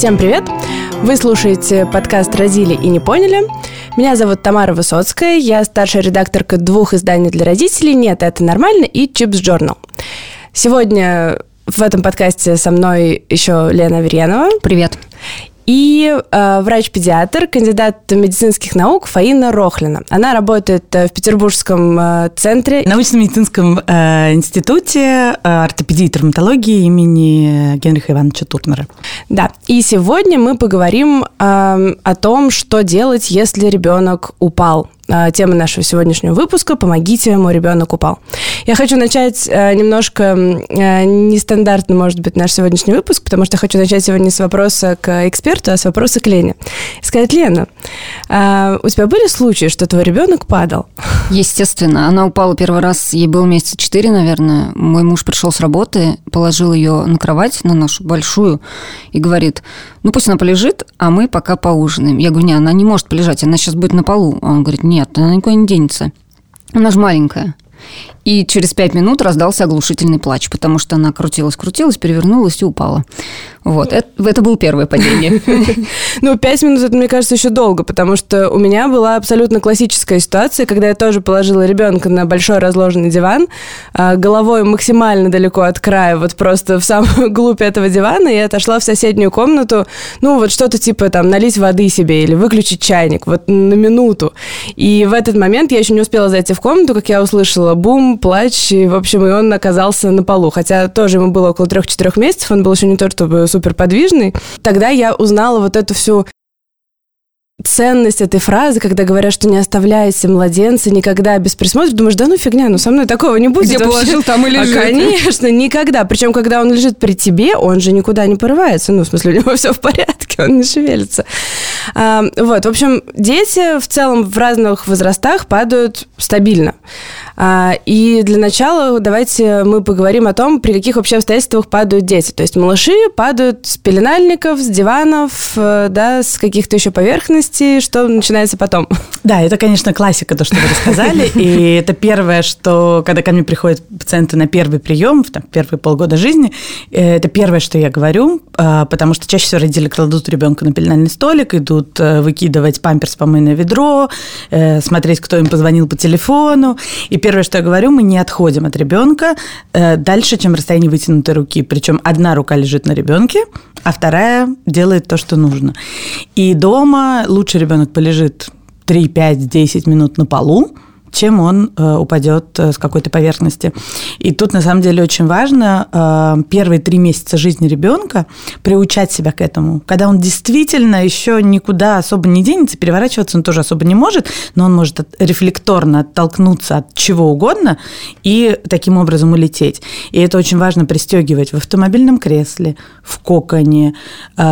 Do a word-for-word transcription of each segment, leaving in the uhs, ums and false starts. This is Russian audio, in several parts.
Всем привет! Вы слушаете подкаст «Родили и не поняли». Меня зовут Тамара Высоцкая, я старшая редакторка двух изданий для родителей «Нет, это нормально» и «Чипс Journal». Сегодня в этом подкасте со мной еще Лена Аверьянова. Привет. И э, врач-педиатр, кандидат медицинских наук Фаина Рохлина. Она работает в Петербургском э, центре... научно-медицинском э, институте э, ортопедии и травматологии имени Генриха Ивановича Турнера. Да, и сегодня мы поговорим э, о том, что делать, если ребенок упал. Тема нашего сегодняшнего выпуска «Помогите, мой ребенок упал». Я хочу начать э, немножко э, нестандартно, может быть, наш сегодняшний выпуск, потому что хочу начать сегодня с вопроса к эксперту, а с вопроса к Лене. И сказать: Лена, э, у тебя были случаи, что твой ребенок падал? Естественно. Она упала первый раз, ей было месяца четыре, наверное. Мой муж пришел с работы, положил ее на кровать, на нашу большую, и говорит: ну пусть она полежит, а мы пока поужинаем. Я говорю: не, она не может полежать, она сейчас будет на полу. А он говорит: нет, она никуда не денется. Она же маленькая. И через пять минут раздался оглушительный плач, потому что она крутилась-крутилась, перевернулась и упала. Вот. Это, это было первое падение. Ну, пять минут, это, мне кажется, еще долго, потому что у меня была абсолютно классическая ситуация, когда я тоже положила ребенка на большой разложенный диван, головой максимально далеко от края, вот просто в самую глубь этого дивана, и отошла в соседнюю комнату, ну, вот что-то типа там налить воды себе или выключить чайник, вот на минуту. И в этот момент я еще не успела зайти в комнату, как я услышала бум, плач, и, в общем, и он оказался на полу. Хотя тоже ему было около трех-четырех месяцев, он был еще не то чтобы суперподвижный. Тогда я узнала вот эту всю ценность этой фразы, когда говорят, что не оставляйте младенца никогда без присмотра. Думаешь: да ну фигня, ну со мной такого не будет. Где вообще. Положил, там и лежит. А, конечно, никогда. Причем, когда он лежит при тебе, он же никуда не порывается. Ну, в смысле, у него все в порядке, он не шевелится. А, вот, в общем, дети в целом в разных возрастах падают стабильно. А, и для начала давайте мы поговорим о том, при каких вообще обстоятельствах падают дети. То есть малыши падают с пеленальников, с диванов, да, с каких-то еще поверхностей. Что начинается потом? Да, это, конечно, классика, то, что вы рассказали. И это первое, что, когда ко мне приходят пациенты на первый прием, в там, первые полгода жизни, это первое, что я говорю, потому что чаще всего родители кладут ребенка на пеленальный столик, идут выкидывать памперс в помойное ведро, смотреть, кто им позвонил по телефону. И первое, что я говорю, мы не отходим от ребенка дальше, чем расстояние вытянутой руки. Причем одна рука лежит на ребенке, а вторая делает то, что нужно. И дома лучше ребенок полежит три, пять, десять минут на полу, чем он э, упадет с какой-то поверхности. И тут, на самом деле, очень важно э, первые три месяца жизни ребенка приучать себя к этому. Когда он действительно еще никуда особо не денется, переворачиваться он тоже особо не может, но он может от, рефлекторно оттолкнуться от чего угодно и таким образом улететь. И это очень важно пристегивать в автомобильном кресле, в коконе, э,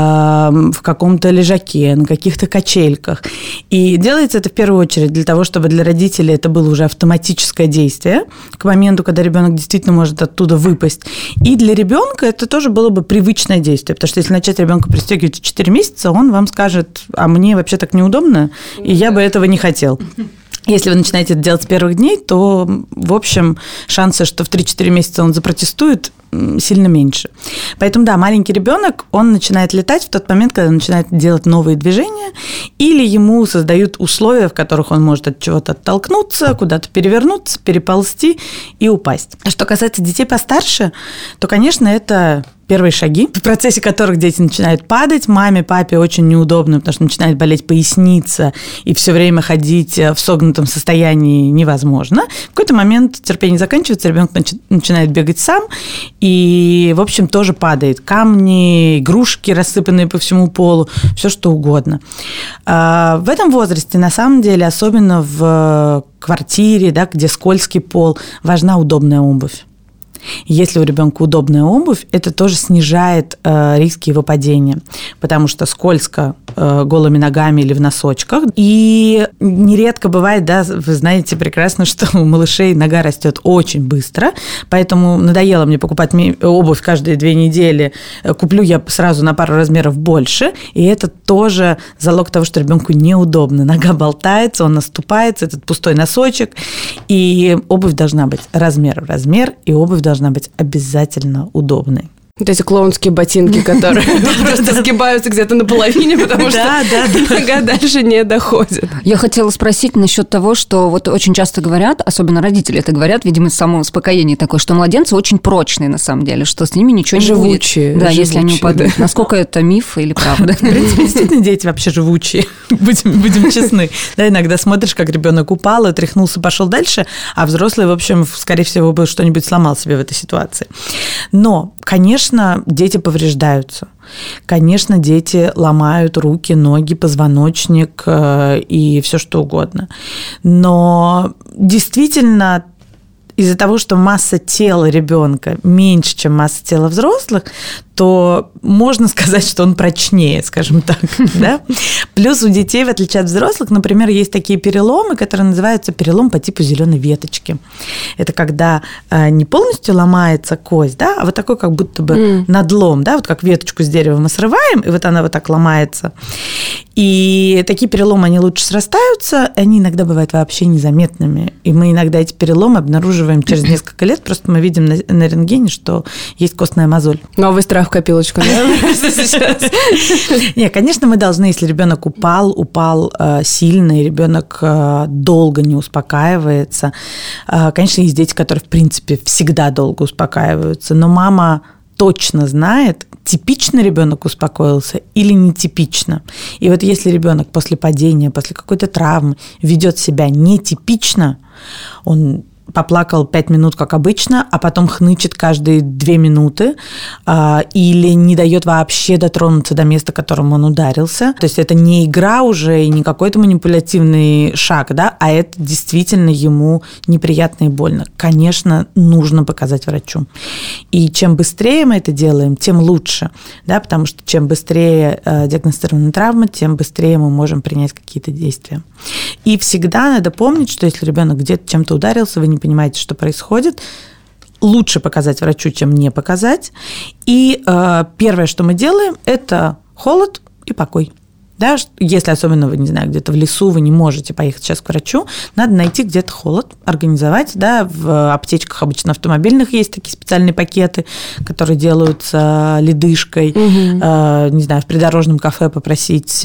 в каком-то лежаке, на каких-то качельках. И делается это в первую очередь для того, чтобы для родителей это было уже автоматическое действие к моменту, когда ребенок действительно может оттуда выпасть. И для ребенка это тоже было бы привычное действие, потому что если начать ребенка пристегивать в четыре месяца, он вам скажет: а мне вообще так неудобно, и я бы этого не хотел. Если вы начинаете это делать с первых дней, то, в общем, шансы, что в три-четыре месяца он запротестует, сильно меньше. Поэтому, да, маленький ребенок, он начинает летать в тот момент, когда он начинает делать новые движения, или ему создают условия, в которых он может от чего-то оттолкнуться, куда-то перевернуться, переползти и упасть. А что касается детей постарше, то, конечно, это первые шаги, в процессе которых дети начинают падать. Маме, папе очень неудобно, потому что начинает болеть поясница, и все время ходить в согнутом состоянии невозможно. В какой-то момент терпение заканчивается, ребенок начинает бегать сам, и, в общем, тоже падает. Камни, игрушки, рассыпанные по всему полу, все что угодно. В этом возрасте, на самом деле, особенно в квартире, да, где скользкий пол, важна удобная обувь. Если у ребенка удобная обувь, это тоже снижает э, риски его падения, потому что скользко э, голыми ногами или в носочках. И нередко бывает, да, вы знаете прекрасно, что у малышей нога растет очень быстро, поэтому надоело мне покупать обувь каждые две недели. Куплю я сразу на пару размеров больше, и это тоже залог того, что ребенку неудобно. Нога болтается, он наступается, этот пустой носочек, и обувь должна быть размер в размер, и обувь должна быть обязательно удобной. Вот эти клоунские ботинки, которые просто сгибаются где-то наполовине, потому что нога дальше не доходит. Я хотела спросить насчет того, что вот очень часто говорят, особенно родители это говорят, видимо, из самоуспокоения такое, что младенцы очень прочные на самом деле, что с ними ничего не будет. Живучие. Да, если они упадут. Насколько это миф или правда? В принципе, действительно, дети вообще живучие, будем, будем честны. Да, иногда смотришь, как ребенок упал, отряхнулся, пошел дальше, а взрослый, в общем, скорее всего, бы что-нибудь сломал себе в этой ситуации. Но, конечно, дети повреждаются. Конечно, дети ломают руки, ноги, позвоночник и все что угодно. Но действительно, из-за того, что масса тела ребенка меньше, чем масса тела взрослых, то можно сказать, что он прочнее, скажем так. Да? Плюс у детей, в отличие от взрослых, например, есть такие переломы, которые называются перелом по типу зеленой веточки. Это когда не полностью ломается кость, да, а вот такой как будто бы mm. надлом, да, вот как веточку с дерева мы срываем, и вот она вот так ломается. И такие переломы, они лучше срастаются, они иногда бывают вообще незаметными. И мы иногда эти переломы обнаруживаем через несколько лет, просто мы видим на, на рентгене, что есть костная мозоль. Новый страх в копилочку, да? Сейчас. Нет, конечно, мы должны, если ребенок упал, упал сильно, и ребенок долго не успокаивается. Конечно, есть дети, которые, в принципе, всегда долго успокаиваются, но мама точно знает, типично ребенок успокоился или нетипично. И вот если ребенок после падения, после какой-то травмы ведет себя нетипично, он поплакал пять минут, как обычно, а потом хнычет каждые две минуты а, или не дает вообще дотронуться до места, которым он ударился. То есть это не игра уже и не какой-то манипулятивный шаг, да, а это действительно ему неприятно и больно. Конечно, нужно показать врачу. И чем быстрее мы это делаем, тем лучше, да, потому что чем быстрее э, диагностирована травма, тем быстрее мы можем принять какие-то действия. И всегда надо помнить, что если ребенок где-то чем-то ударился, вы не понимаете, что происходит, лучше показать врачу, чем не показать. И э, первое, что мы делаем, это холод и покой. Да, если особенно вы, не знаю, где-то в лесу, вы не можете поехать сейчас к врачу, надо найти где-то холод, организовать. Да, в аптечках обычно автомобильных есть такие специальные пакеты, которые делаются ледышкой. Угу. Э, не знаю, в придорожном кафе попросить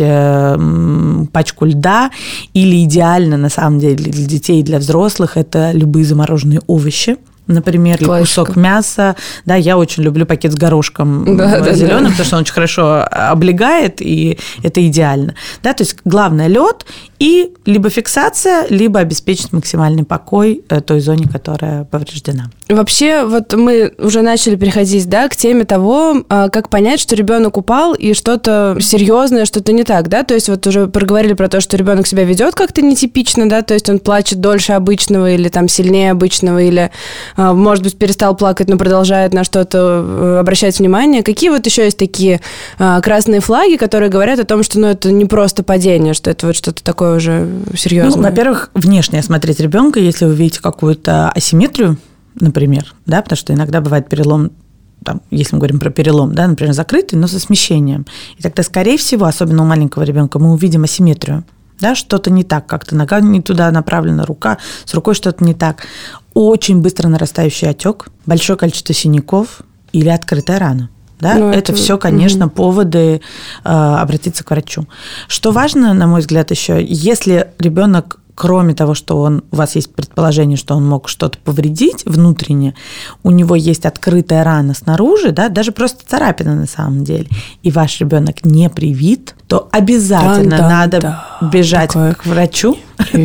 э, пачку льда. Или идеально, на самом деле, для детей и для взрослых это любые замороженные овощи. Например, или кусок мяса. Да, я очень люблю пакет с горошком да, зеленым, да, да. потому что он очень хорошо облегает, и это идеально. Да, то есть главное лед и либо фиксация, либо обеспечить максимальный покой той зоне, которая повреждена. Вообще, вот мы уже начали переходить, да, к теме того, как понять, что ребенок упал и что-то серьезное, что-то не так, да, то есть вот уже проговорили про то, что ребенок себя ведет как-то нетипично, да, то есть он плачет дольше обычного или там сильнее обычного, или может быть, перестал плакать, но продолжает на что-то обращать внимание. Какие вот еще есть такие а, красные флаги, которые говорят о том, что ну, это не просто падение, что это вот что-то такое уже серьезное? Ну, во-первых, внешне осмотреть ребенка, если вы видите какую-то асимметрию, например, да, потому что иногда бывает перелом, там, если мы говорим про перелом, да, например, закрытый, но со смещением. И тогда, скорее всего, особенно у маленького ребенка, мы увидим асимметрию. Да, что-то не так, как-то нога не туда направлена, рука, с рукой что-то не так. Очень быстро нарастающий отек, большое количество синяков или открытая рана. Да? Это, это все, конечно, угу. поводы э, обратиться к врачу. Что важно, на мой взгляд, еще, если ребенок, кроме того, что он, у вас есть предположение, что он мог что-то повредить внутренне, у него есть открытая рана снаружи, да, даже просто царапина на самом деле, и ваш ребенок не привит, то обязательно да, надо да, бежать такое. К врачу. То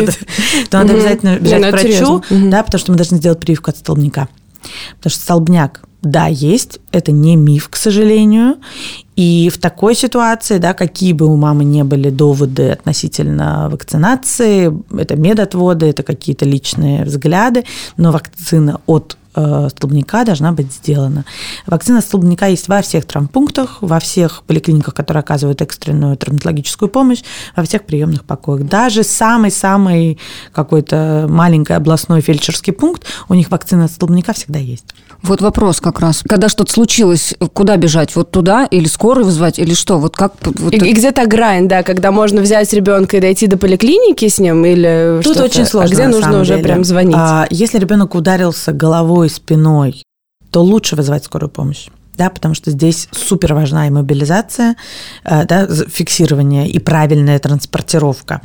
надо обязательно бежать к врачу, да, потому что мы должны сделать прививку от столбняка. Потому что столбняк, да, есть, это не миф, к сожалению. И в такой ситуации, да, какие бы у мамы не были доводы относительно вакцинации, это медотводы, это какие-то личные взгляды, но вакцина от столбняка должна быть сделана. Вакцина столбняка есть во всех травмпунктах, во всех поликлиниках, которые оказывают экстренную травматологическую помощь, во всех приемных покоях. Даже самый-самый какой-то маленький областной фельдшерский пункт, у них вакцина от столбняка всегда есть. Вот вопрос как раз. Когда что-то случилось, куда бежать? Вот туда или скорую вызвать, или что? Вот как? Вот и, это... и где-то грань, да, когда можно взять ребенка и дойти до поликлиники с ним, или Тут что-то? очень сложно, а где нужно уже деле. Прям звонить? А, если ребенок ударился головой, спиной, то лучше вызывать скорую помощь. да, потому что здесь супер важна иммобилизация, да, фиксирование и правильная транспортировка.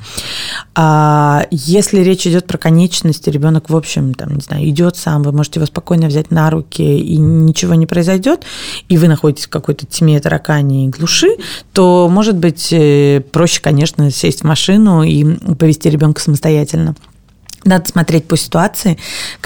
Если речь идет про конечности, ребенок, в общем, там, не знаю, идет сам, вы можете его спокойно взять на руки, и ничего не произойдет, и вы находитесь в какой-то тьме, таракани и глуши, то, может быть, проще, конечно, сесть в машину и повести ребенка самостоятельно. Надо смотреть по ситуации.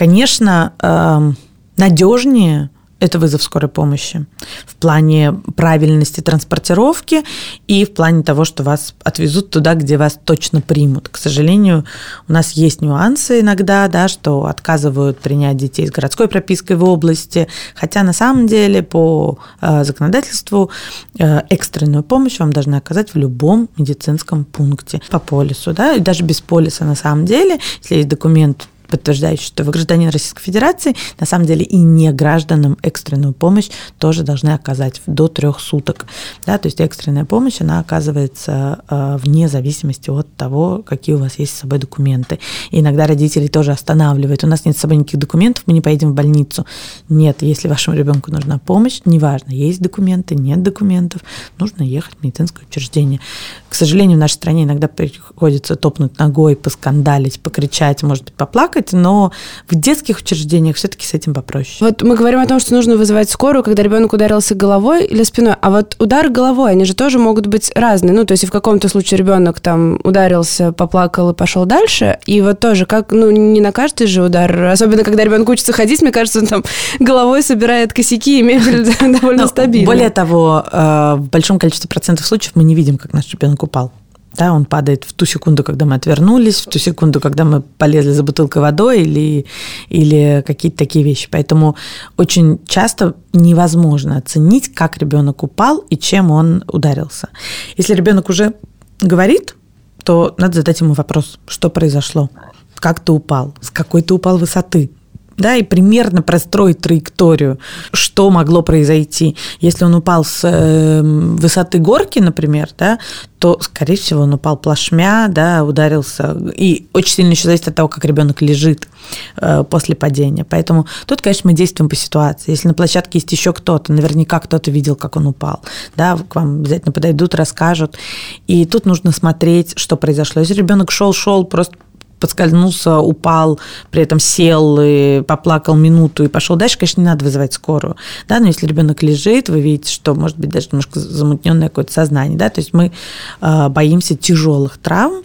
Конечно, надежнее это вызов скорой помощи в плане правильности транспортировки и в плане того, что вас отвезут туда, где вас точно примут. К сожалению, у нас есть нюансы иногда, да, что отказывают принять детей с городской пропиской в области, хотя на самом деле по э, законодательству э, экстренную помощь вам должны оказать в любом медицинском пункте по полису, да, и даже без полиса на самом деле, если есть документ, подтверждающий, что вы гражданин Российской Федерации, на самом деле и не гражданам экстренную помощь тоже должны оказать до трех суток. Да, то есть экстренная помощь, она оказывается вне зависимости от того, какие у вас есть с собой документы. И иногда родители тоже останавливают. У нас нет с собой никаких документов, мы не поедем в больницу. Нет, если вашему ребенку нужна помощь, неважно, есть документы, нет документов, нужно ехать в медицинское учреждение. К сожалению, в нашей стране иногда приходится топнуть ногой, поскандалить, покричать, может быть, поплакать, но в детских учреждениях все-таки с этим попроще. Вот мы говорим о том, что нужно вызывать скорую, когда ребенок ударился головой или спиной, а вот удар головой, они же тоже могут быть разные. Ну, то есть в каком-то случае ребенок там ударился, поплакал и пошел дальше, и вот тоже как, ну, не на каждый же удар, особенно когда ребенок учится ходить, мне кажется, он там головой собирает косяки и мебель довольно стабильно. Более того, в большом количестве процентов случаев мы не видим, как наш ребенок упал. Да, он падает в ту секунду, когда мы отвернулись, в ту секунду, когда мы полезли за бутылкой водой или, или какие-то такие вещи. Поэтому очень часто невозможно оценить, как ребенок упал и чем он ударился. Если ребенок уже говорит, то надо задать ему вопрос, что произошло, как ты упал, с какой ты упал высоты. Да, и примерно простроить траекторию, что могло произойти. Если он упал с э, высоты горки, например, да, то, скорее всего, он упал плашмя, да, ударился. И очень сильно еще зависит от того, как ребенок лежит э, после падения. Поэтому тут, конечно, мы действуем по ситуации. Если на площадке есть еще кто-то, наверняка кто-то видел, как он упал. Да, к вам обязательно подойдут, расскажут. И тут нужно смотреть, что произошло. Если ребенок шел-шел, просто подскользнулся, упал, при этом сел и поплакал минуту и пошел дальше, конечно, не надо вызывать скорую. Да, но если ребенок лежит, вы видите, что, может быть, даже немножко замутненное какое-то сознание. Да, то есть мы э, боимся тяжелых травм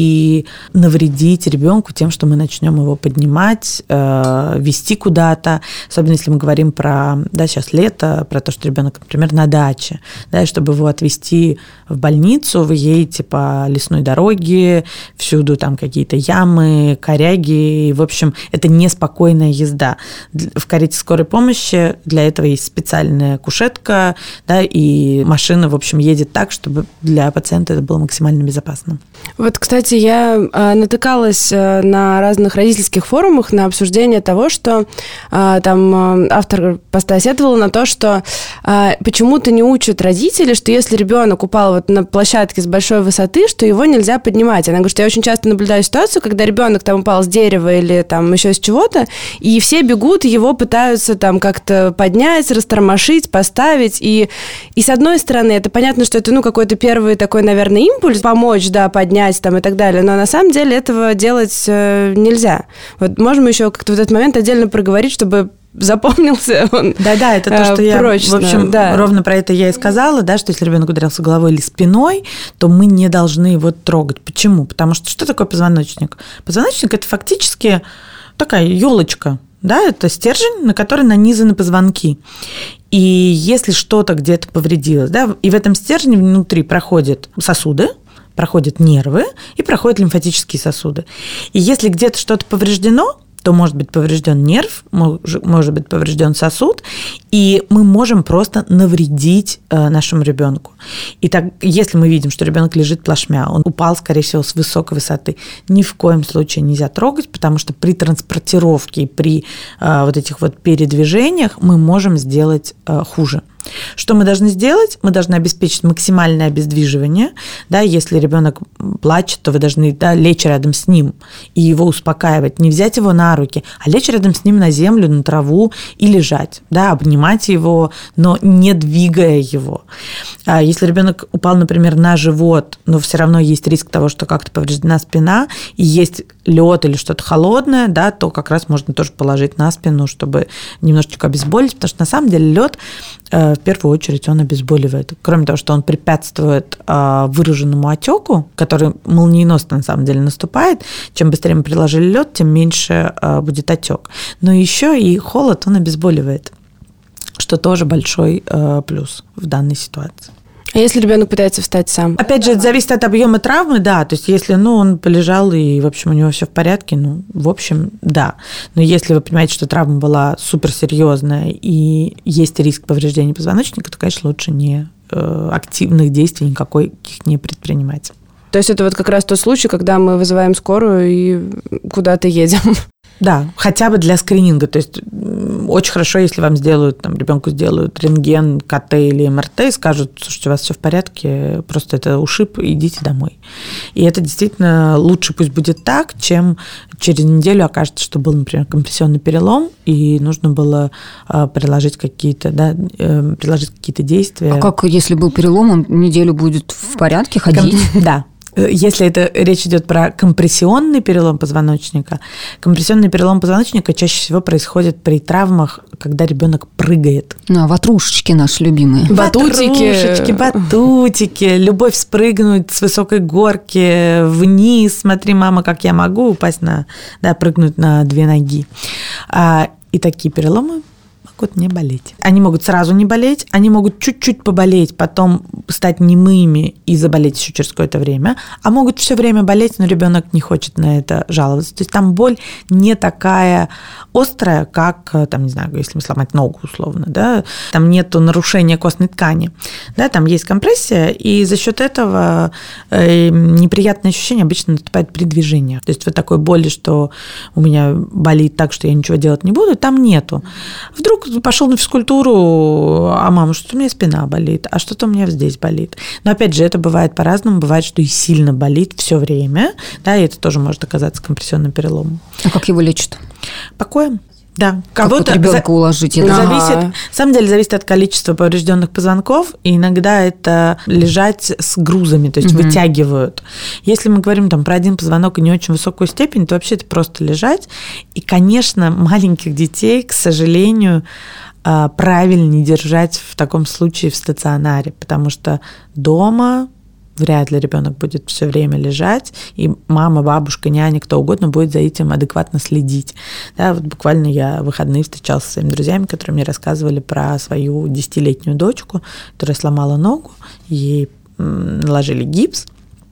и навредить ребенку тем, что мы начнем его поднимать, э, вести куда-то, особенно если мы говорим про, да, сейчас лето, про то, что ребенок, например, на даче, да, и чтобы его отвезти в больницу, вы едете по лесной дороге, всюду там какие-то ямы, коряги, и, в общем, это неспокойная езда. В карете скорой помощи для этого есть специальная кушетка, да, и машина, в общем, едет так, чтобы для пациента это было максимально безопасно. Вот, кстати, я э, натыкалась э, на разных родительских форумах на обсуждение того, что э, там э, автор поста сетовал на то, что э, почему-то не учат родители, что если ребенок упал вот на площадке с большой высоты, что его нельзя поднимать. Она говорит, что я очень часто наблюдаю ситуацию, когда ребенок там упал с дерева или там еще с чего-то, и все бегут, его пытаются там как-то поднять, растормошить, поставить. И, и с одной стороны, это понятно, что это, ну, какой-то первый такой, наверное, импульс помочь, да, поднять там и так далее, но на самом деле этого делать э, нельзя. Вот можем еще как-то в этот момент отдельно проговорить, чтобы запомнился он. Да-да, это то, что я, прочно, в общем, да. ровно про это я и сказала, да, что если ребенок ударился головой или спиной, то мы не должны его трогать. Почему? Потому что что такое позвоночник? Позвоночник – это фактически такая елочка, да, это стержень, на который нанизаны позвонки. И если что-то где-то повредилось, да, и в этом стержне внутри проходят сосуды, проходят нервы и проходят лимфатические сосуды. И если где-то что-то повреждено, то может быть поврежден нерв, может быть поврежден сосуд, и мы можем просто навредить нашему ребенку. И так, если мы видим, что ребенок лежит плашмя, он упал, скорее всего, с высокой высоты, ни в коем случае нельзя трогать, потому что при транспортировке и при вот этих вот передвижениях мы можем сделать хуже. Что мы должны сделать? Мы должны обеспечить максимальное обездвиживание. Да, если ребенок плачет, то вы должны, да, лечь рядом с ним и его успокаивать. Не взять его на руки, а лечь рядом с ним на землю, на траву и лежать, да, обнимать поднимать его, но не двигая его. А если ребенок упал, например, на живот, но все равно есть риск того, что как-то повреждена спина, и есть лед или что-то холодное, да, то как раз можно тоже положить на спину, чтобы немножечко обезболить, потому что на самом деле лед в первую очередь он обезболивает. Кроме того, что он препятствует выраженному отеку, который молниеносно на самом деле наступает. Чем быстрее мы приложили лед, тем меньше будет отек. Но еще и холод он обезболивает, что тоже большой плюс в данной ситуации. А если ребенок пытается встать сам? Опять же, это зависит от объема травмы, да. То есть, если, ну, он полежал и, в общем, у него все в порядке, ну, в общем, да. Но если вы понимаете, что травма была суперсерьезная и есть риск повреждения позвоночника, то, конечно, лучше не э, активных действий никаких не предпринимать. То есть это вот как раз тот случай, когда мы вызываем скорую и куда-то едем. Да, хотя бы для скрининга. То есть очень хорошо, если вам сделают, там, ребенку сделают рентген, КТ или МРТ и скажут, слушайте, у вас все в порядке, просто это ушиб, идите домой. И это действительно лучше пусть будет так, чем через неделю окажется, что был, например, компрессионный перелом, и нужно было э, приложить какие-то, да, э, приложить какие-то действия. А как, если был перелом, он неделю будет в порядке ходить? Ком- да. Если это речь идет про компрессионный перелом позвоночника, компрессионный перелом позвоночника чаще всего происходит при травмах, когда ребенок прыгает. Ну, а ватрушечки наши любимые. Батутики. Ватрушечки, батутики, любовь спрыгнуть с высокой горки вниз. Смотри, мама, как я могу упасть на, да, прыгнуть на две ноги. И такие переломы могут не болеть. Они могут сразу не болеть, они могут чуть-чуть поболеть, потом стать немыми и заболеть еще через какое-то время, а могут все время болеть, но ребенок не хочет на это жаловаться. То есть там боль не такая острая, как, там, не знаю, если мы сломать ногу условно, да, там нету нарушения костной ткани, да, там есть компрессия, и за счет этого неприятное ощущение обычно наступает при движениях. То есть вот такой боли, что у меня болит так, что я ничего делать не буду, там нету. Вдруг пошел на физкультуру, а мама, что у меня спина болит, а что-то у меня здесь болит. Но опять же, это бывает по-разному, бывает, что и сильно болит все время, да, и это тоже может оказаться компрессионным переломом. А как его лечат? Покоем. Да, кого-то как вот ребенка за... уложить. Это зависит, ага. На самом деле зависит от количества поврежденных позвонков, и иногда это лежать с грузами, то есть угу. вытягивают. Если мы говорим там про один позвонок и не очень высокую степень, то вообще это просто лежать. И, конечно, маленьких детей, к сожалению, правильнее держать в таком случае в стационаре, потому что дома вряд ли ребенок будет все время лежать, и мама, бабушка, няня, кто угодно будет за этим адекватно следить. Да, вот буквально я в выходные встречалась со своими друзьями, которые мне рассказывали про свою десятилетнюю дочку, которая сломала ногу, ей наложили гипс,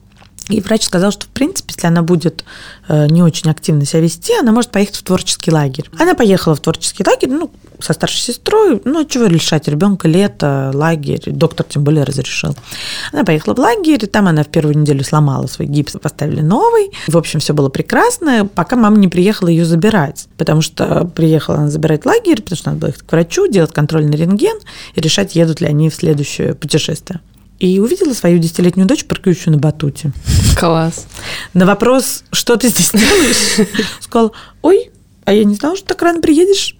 и врач сказал, что, в принципе, если она будет не очень активно себя вести, она может поехать в творческий лагерь. Она поехала в творческий лагерь, ну, со старшей сестрой, ну, чего лишать ребенка, лето, лагерь, доктор тем более разрешил. Она поехала в лагерь, там она в первую неделю сломала свой гипс, поставили новый. В общем, все было прекрасно, пока мама не приехала ее забирать, потому что приехала она забирать лагерь, потому что надо было ехать к врачу, делать контрольный рентген и решать, едут ли они в следующее путешествие. И увидела свою десятилетнюю дочь, прыгающую на батуте. Класс. На вопрос, что ты здесь делаешь, сказала, ой, а я не знала, что так рано приедешь.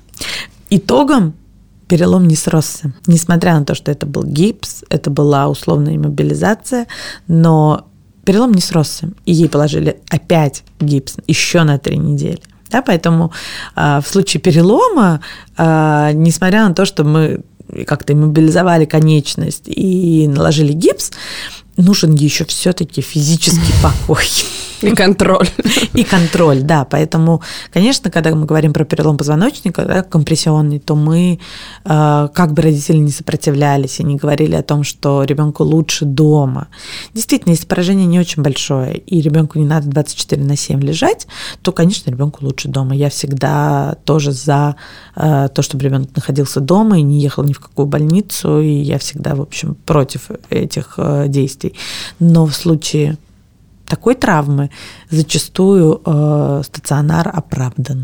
Итогом перелом не сросся. Несмотря на то, что это был гипс, это была условная иммобилизация, но перелом не сросся. И ей положили опять гипс еще на три недели. Да, поэтому э, в случае перелома, э, несмотря на то, что мы как-то иммобилизовали конечность и наложили гипс, нужен еще все-таки физический покой. И контроль. И контроль, да. Поэтому, конечно, когда мы говорим про перелом позвоночника, да, компрессионный, то мы, э, как бы родители не сопротивлялись и не говорили о том, что ребенку лучше дома. Действительно, если поражение не очень большое, и ребенку не надо двадцать четыре на семь лежать, то, конечно, ребенку лучше дома. Я всегда тоже за э, то, чтобы ребенок находился дома и не ехал ни в какую больницу, и я всегда, в общем, против этих э, действий. Но в случае такой травмы зачастую э, стационар оправдан.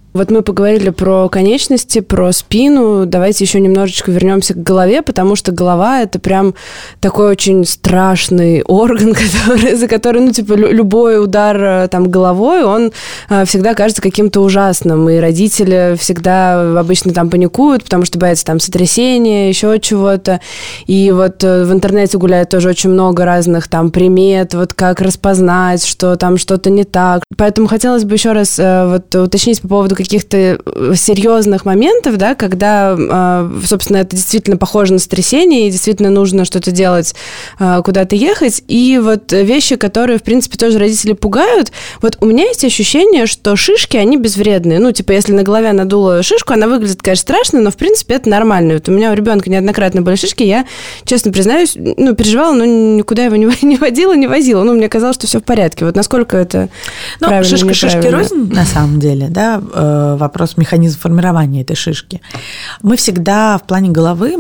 Вот мы поговорили про конечности, про спину. Давайте еще немножечко вернемся к голове, потому что голова – это прям такой очень страшный орган, который, за который, ну, типа, любой удар там головой, он всегда кажется каким-то ужасным. И родители всегда обычно там паникуют, потому что боятся там сотрясения, еще чего-то. И вот в интернете гуляет тоже очень много разных там примет, вот как распознать, что там что-то не так. Поэтому хотелось бы еще раз вот уточнить по поводу каких-то серьезных моментов, да, когда, собственно, это действительно похоже на сотрясение, и действительно нужно что-то делать, куда-то ехать. И вот вещи, которые, в принципе, тоже родители пугают. Вот у меня есть ощущение, что шишки, они безвредные. Ну, типа, если на голове надула шишку, она выглядит, конечно, страшно, но, в принципе, это нормально. Вот у меня у ребенка неоднократно были шишки, я, честно признаюсь, ну, переживала, но никуда его не водила, не возила. Ну, мне казалось, что все в порядке. Вот насколько это ну, правильно, шишка шишки рознь, на самом деле, да, вопрос механизма формирования этой шишки. Мы всегда в плане головы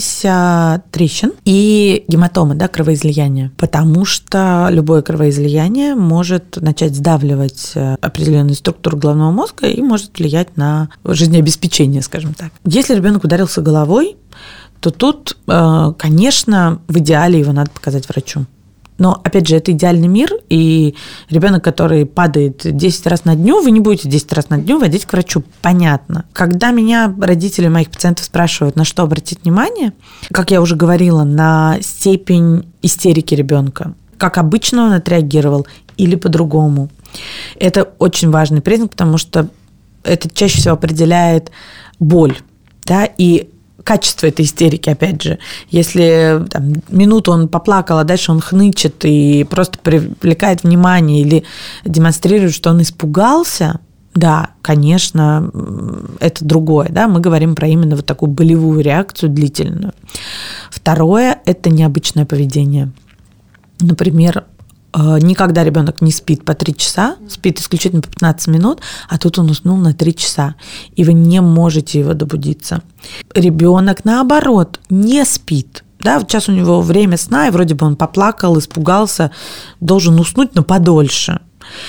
боимся трещин и гематомы, да, кровоизлияния, потому что любое кровоизлияние может начать сдавливать определенную структуру головного мозга и может влиять на жизнеобеспечение, скажем так. Если ребенок ударился головой, то тут, конечно, в идеале его надо показать врачу. Но, опять же, это идеальный мир, и ребенок, который падает десять раз на дню, вы не будете десять раз на дню водить к врачу, понятно. Когда меня родители моих пациентов спрашивают, на что обратить внимание, как я уже говорила, на степень истерики ребенка, как обычно он отреагировал или по-другому. Это очень важный признак, потому что это чаще всего определяет боль, да, и качество этой истерики, опять же. Если там, минуту он поплакал, а дальше он хнычет и просто привлекает внимание или демонстрирует, что он испугался, да, конечно, это другое. Да? Мы говорим про именно вот такую болевую реакцию длительную. Второе – это необычное поведение. Например, никогда ребенок не спит по три часа, спит исключительно по пятнадцать минут, а тут он уснул на три часа, и вы не можете его добудиться. Ребенок, наоборот, не спит. Да, вот сейчас у него время сна, и вроде бы он поплакал, испугался, должен уснуть, но подольше.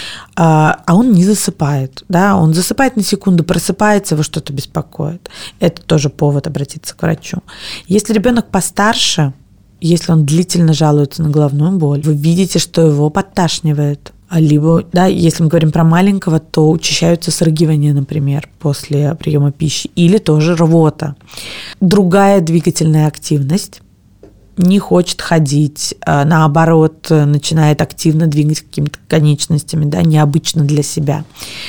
А он не засыпает. Да? Он засыпает на секунду, просыпается, его что-то беспокоит. Это тоже повод обратиться к врачу. Если ребенок постарше, если он длительно жалуется на головную боль, вы видите, что его подташнивает. Либо, да, если мы говорим про маленького, то учащаются срыгивания, например, после приема пищи, или тоже рвота. Другая двигательная активность, не хочет ходить, наоборот, начинает активно двигать какими-то конечностями, да, необычно для себя.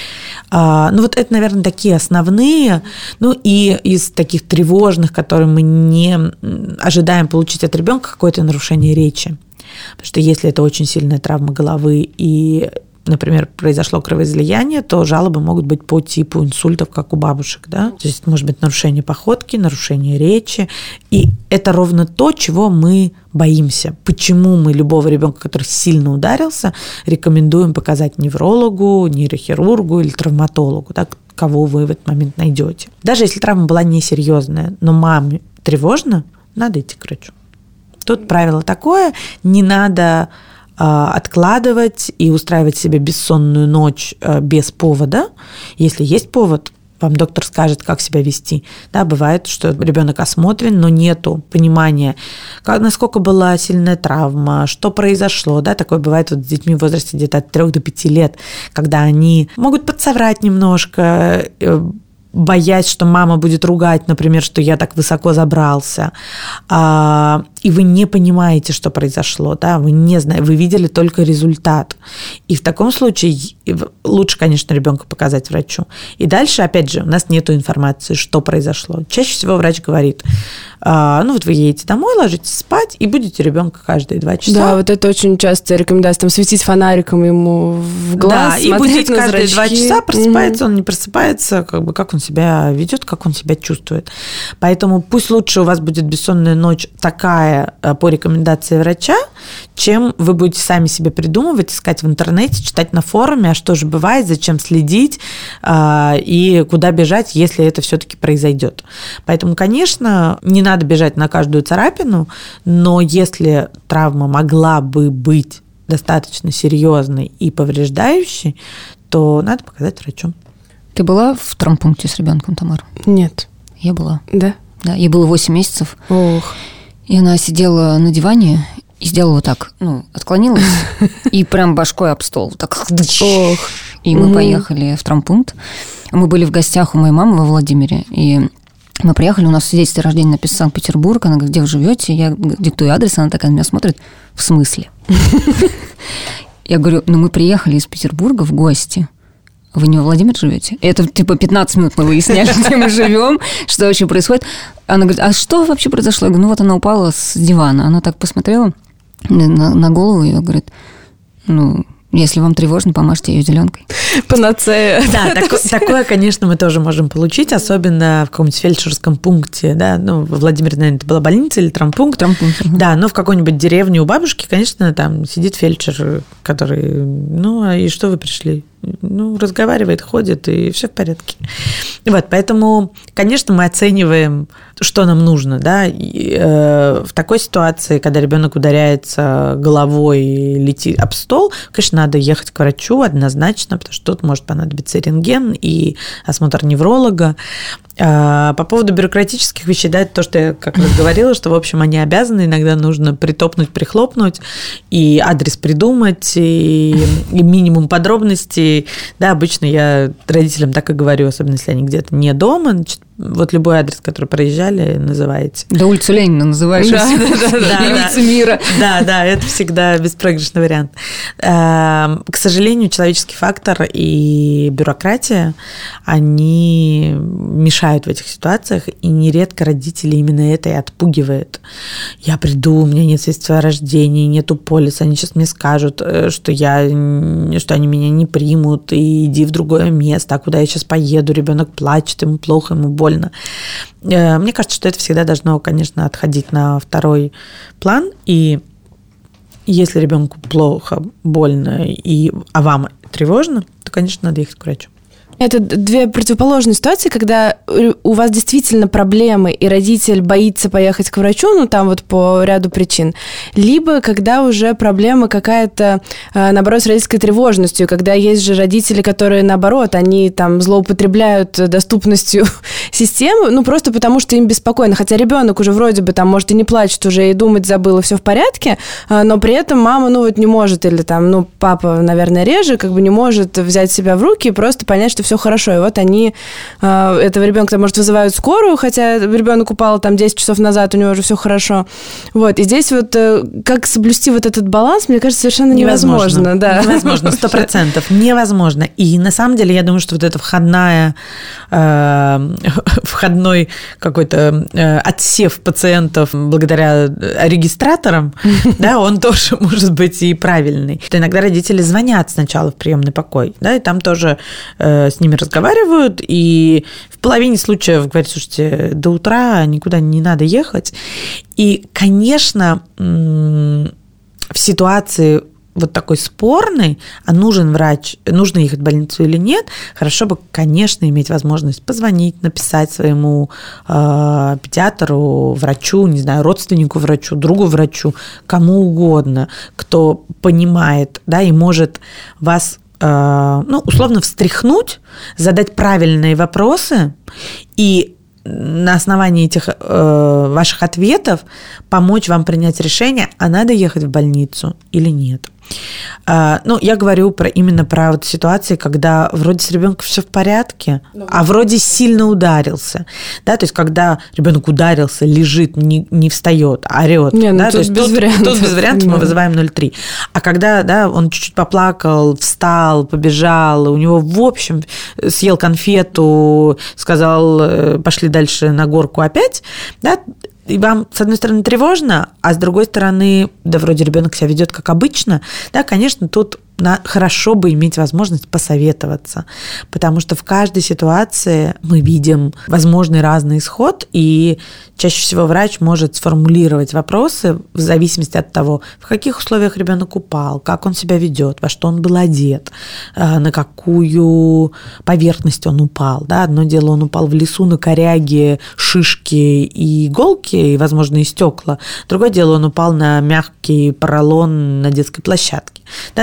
Ну, вот это, наверное, такие основные. Ну, и из таких тревожных, которые мы не ожидаем получить от ребенка, какое-то нарушение речи. Потому что если это очень сильная травма головы и, например, произошло кровоизлияние, то жалобы могут быть по типу инсультов, как у бабушек, да. То есть, может быть, нарушение походки, нарушение речи. И это ровно то, чего мы боимся. Почему мы любого ребенка, который сильно ударился, рекомендуем показать неврологу, нейрохирургу или травматологу, да, кого вы в этот момент найдете. Даже если травма была несерьезная, но маме тревожно, надо идти к врачу. Тут правило такое: не надо откладывать и устраивать себе бессонную ночь без повода. Если есть повод, вам доктор скажет, как себя вести. Да, бывает, что ребенок осмотрен, но нету понимания, как, насколько была сильная травма, что произошло. Да, такое бывает вот с детьми в возрасте где-то от трёх до пяти лет, когда они могут подсоврать немножко, боясь, что мама будет ругать, например, что я так высоко забрался, и вы не понимаете, что произошло, да, вы не знаете, вы видели только результат. И в таком случае лучше, конечно, ребенка показать врачу. И дальше, опять же, у нас нет информации, что произошло. Чаще всего врач говорит: ну вот вы едете домой, ложитесь спать и будете ребенка каждые два часа. Да, вот это очень часто рекомендация, там, светить фонариком ему в глаз, да, и будить каждые два часа, просыпается mm-hmm. он, не просыпается, как бы как он себя ведет, как он себя чувствует. Поэтому пусть лучше у вас будет бессонная ночь такая по рекомендации врача, чем вы будете сами себе придумывать, искать в интернете, читать на форуме, а что же бывает, зачем следить и куда бежать, если это все-таки произойдет. Поэтому, конечно, не надо бежать на каждую царапину, но если травма могла бы быть достаточно серьезной и повреждающей, то надо показать врачу. Ты была в травмпункте с ребенком, Тамара? Нет. Я была. Да? Да, ей было восемь месяцев. Ох. И она сидела на диване и сделала вот так, ну, отклонилась, и прям башкой об стол. Так. Ох. И мы поехали в травмпункт. Мы были в гостях у моей мамы во Владимире, и мы приехали, у нас в свидетельстве о рождении написано Санкт-Петербург, она говорит, где вы живете? Я диктую адрес, она такая на меня смотрит, в смысле? Я говорю, ну мы приехали из Петербурга в гости. Вы не во Владимире живете? Это типа пятнадцать минут мы выясняли, где мы живем, что вообще происходит. Она говорит, а что вообще произошло? Я говорю, ну вот она упала с дивана. Она так посмотрела на, на голову и говорит, ну, если вам тревожно, помажьте ее зеленкой. Панацея. Да, так, такое, конечно, мы тоже можем получить, особенно в каком-нибудь фельдшерском пункте, да, ну, в Владимире, наверное, это была больница или травмпункт. Травмпункт. Да, но в какой-нибудь деревне у бабушки, конечно, там сидит фельдшер, который, ну, а и что вы пришли? Ну, разговаривает, ходит, и все в порядке. Вот, поэтому, конечно, мы оцениваем, что нам нужно, да, и, э, в такой ситуации, когда ребенок ударяется головой и летит об стол, конечно, надо ехать к врачу однозначно, потому что тут может понадобиться рентген и осмотр невролога. По поводу бюрократических вещей, да, это то, что я как раз говорила, что, в общем, они обязаны, иногда нужно притопнуть, прихлопнуть, и адрес придумать, и, и минимум подробностей. Да, обычно я родителям так и говорю, особенно если они где-то не дома, значит, вот любой адрес, который проезжали, называете. Да, улицу Ленина называешь. Да, или улицу Мира. Да, да, это всегда беспроигрышный вариант. К сожалению, человеческий фактор и бюрократия, они мешают в этих ситуациях, и нередко родители именно это и отпугивают. Я приду, у меня нет свидетельства о рождении, нету полиса, они сейчас мне скажут, что, я, что они меня не примут, и иди в другое место, а куда я сейчас поеду, ребенок плачет, ему плохо, ему больно. Мне кажется, что это всегда должно, конечно, отходить на второй план, и если ребенку плохо, больно, и, а вам тревожно, то, конечно, надо ехать к врачу. Это две противоположные ситуации, когда у вас действительно проблемы, и родитель боится поехать к врачу, ну, там вот по ряду причин, либо когда уже проблема какая-то, наоборот, с родительской тревожностью, когда есть же родители, которые, наоборот, они там злоупотребляют доступностью системы, ну, просто потому что им беспокойно, хотя ребенок уже вроде бы там, может, и не плачет уже, и думать забыл, и все в порядке, но при этом мама, ну, вот не может, или там, ну, папа, наверное, реже, как бы не может взять себя в руки и просто понять, что все хорошо. И вот они э, этого ребенка, может, вызывают скорую, хотя ребенок упал там десять часов назад, у него уже все хорошо. Вот. И здесь вот э, как соблюсти вот этот баланс, мне кажется, совершенно невозможно. Невозможно, да. невозможно, сто процентов. Невозможно. И на самом деле, я думаю, что вот эта входная, э, входной какой-то э, отсев пациентов благодаря регистраторам, да, он тоже может быть и правильный. Что иногда родители звонят сначала в приемный покой, да, и там тоже э, с ними разговаривают, и в половине случаев говорят, слушайте, до утра никуда не надо ехать. И, конечно, в ситуации вот такой спорной, а нужен врач, нужно ехать в больницу или нет, хорошо бы, конечно, иметь возможность позвонить, написать своему э, педиатру, врачу, не знаю, родственнику врачу, другу врачу, кому угодно, кто понимает, да, и может вас ну, условно встряхнуть, задать правильные вопросы и на основании этих э, ваших ответов помочь вам принять решение, а надо ехать в больницу или нет. А, ну, я говорю про, именно про вот ситуации, когда вроде с ребенком все в порядке, ну, а вроде сильно ударился. Да, то есть, когда ребенок ударился, лежит, не, не встает, орет. Не, ну, да, тут то есть, без тут, вариантов. Тут без вариантов мы вызываем ноль три. А когда, да, он чуть-чуть поплакал, встал, побежал, у него, в общем, съел конфету, сказал, пошли дальше на горку опять, да, и вам, с одной стороны, тревожно, а с другой стороны, да, вроде ребенок себя ведет как обычно, да, конечно, тут хорошо бы иметь возможность посоветоваться, потому что в каждой ситуации мы видим возможный разный исход, и чаще всего врач может сформулировать вопросы в зависимости от того, в каких условиях ребенок упал, как он себя ведет, во что он был одет, на какую поверхность он упал. Да? Одно дело, он упал в лесу на коряге, шишки и иголки, и, возможно, и стекла. Другое дело, он упал на мягкий поролон на детской площадке. Да? То есть тут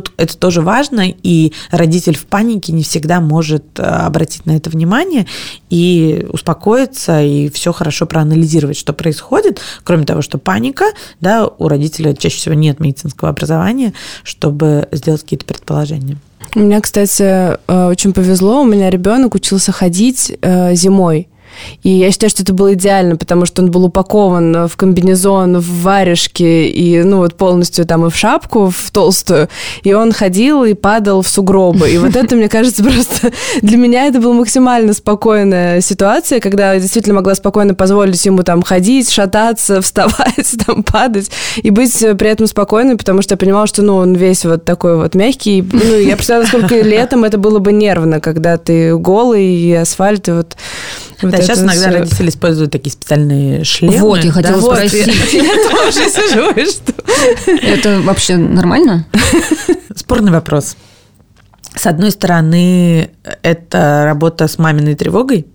тут это тоже важно, и родитель в панике не всегда может обратить на это внимание и успокоиться, и все хорошо проанализировать, что происходит, кроме того, что паника, да, у родителя чаще всего нет медицинского образования, чтобы сделать какие-то предположения. У меня, кстати, очень повезло, у меня ребенок учился ходить зимой. И я считаю, что это было идеально, потому что он был упакован в комбинезон, в варежки и, ну, вот полностью там и в шапку, в толстую. И он ходил и падал в сугробы. И вот это, мне кажется, просто для меня это была максимально спокойная ситуация, когда я действительно могла спокойно позволить ему там ходить, шататься, вставать, там падать и быть при этом спокойной, потому что я понимала, что, ну, он весь вот такой вот мягкий. Ну, я представляю, насколько летом это было бы нервно, когда ты голый и асфальт, и вот... Вот да, сейчас иногда все... родители используют такие специальные шлемы. Вот, я хотела да, спросить. Вот, я, я тоже сижу, и что? Это вообще нормально? Спорный вопрос. С одной стороны, это работа с маминой тревогой,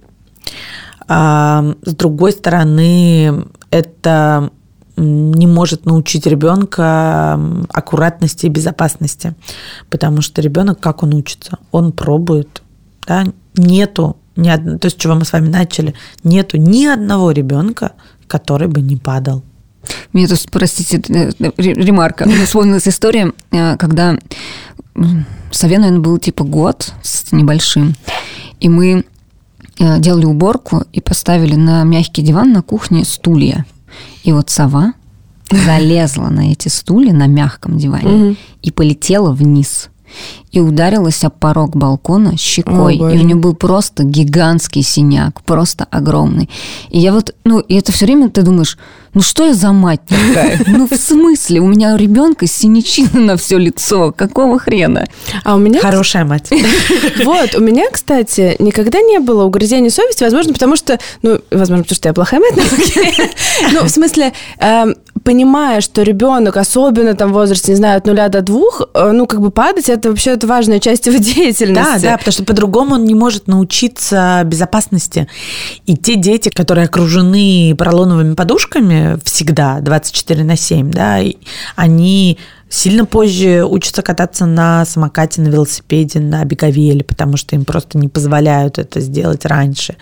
а с другой стороны, это не может научить ребенка аккуратности и безопасности, потому что ребенок, как он учится? Он пробует, да, нету Ни од... То, с чего мы с вами начали, нету ни одного ребенка, который бы не падал. Мне тут, простите, ремарка. Мне вспомнилась история, когда Саве, наверное, был типа год с небольшим, и мы делали уборку и поставили на мягкий диван на кухне стулья. И вот сова залезла на эти стулья на мягком диване и полетела вниз. И ударилась об порог балкона щекой. О, и у нее был просто гигантский синяк, просто огромный. И я вот, ну, и это все время ты думаешь, ну что я за мать такая? Ну в смысле? У меня у ребенка синячина на все лицо. Какого хрена? А у меня... Хорошая мать. Вот, у меня, кстати, никогда не было угрызений совести, возможно, потому что, ну, возможно, потому что я плохая мать. Ну, в смысле, понимая, что ребенок, особенно там в возрасте, не знаю, от нуля до двух, ну, как бы падать, это вообще это важная часть его деятельности. Да, да, потому что по-другому он не может научиться безопасности. И те дети, которые окружены поролоновыми подушками всегда, двадцать четыре на семь, да, они сильно позже учатся кататься на самокате, на велосипеде, на беговеле, потому что им просто не позволяют это сделать раньше.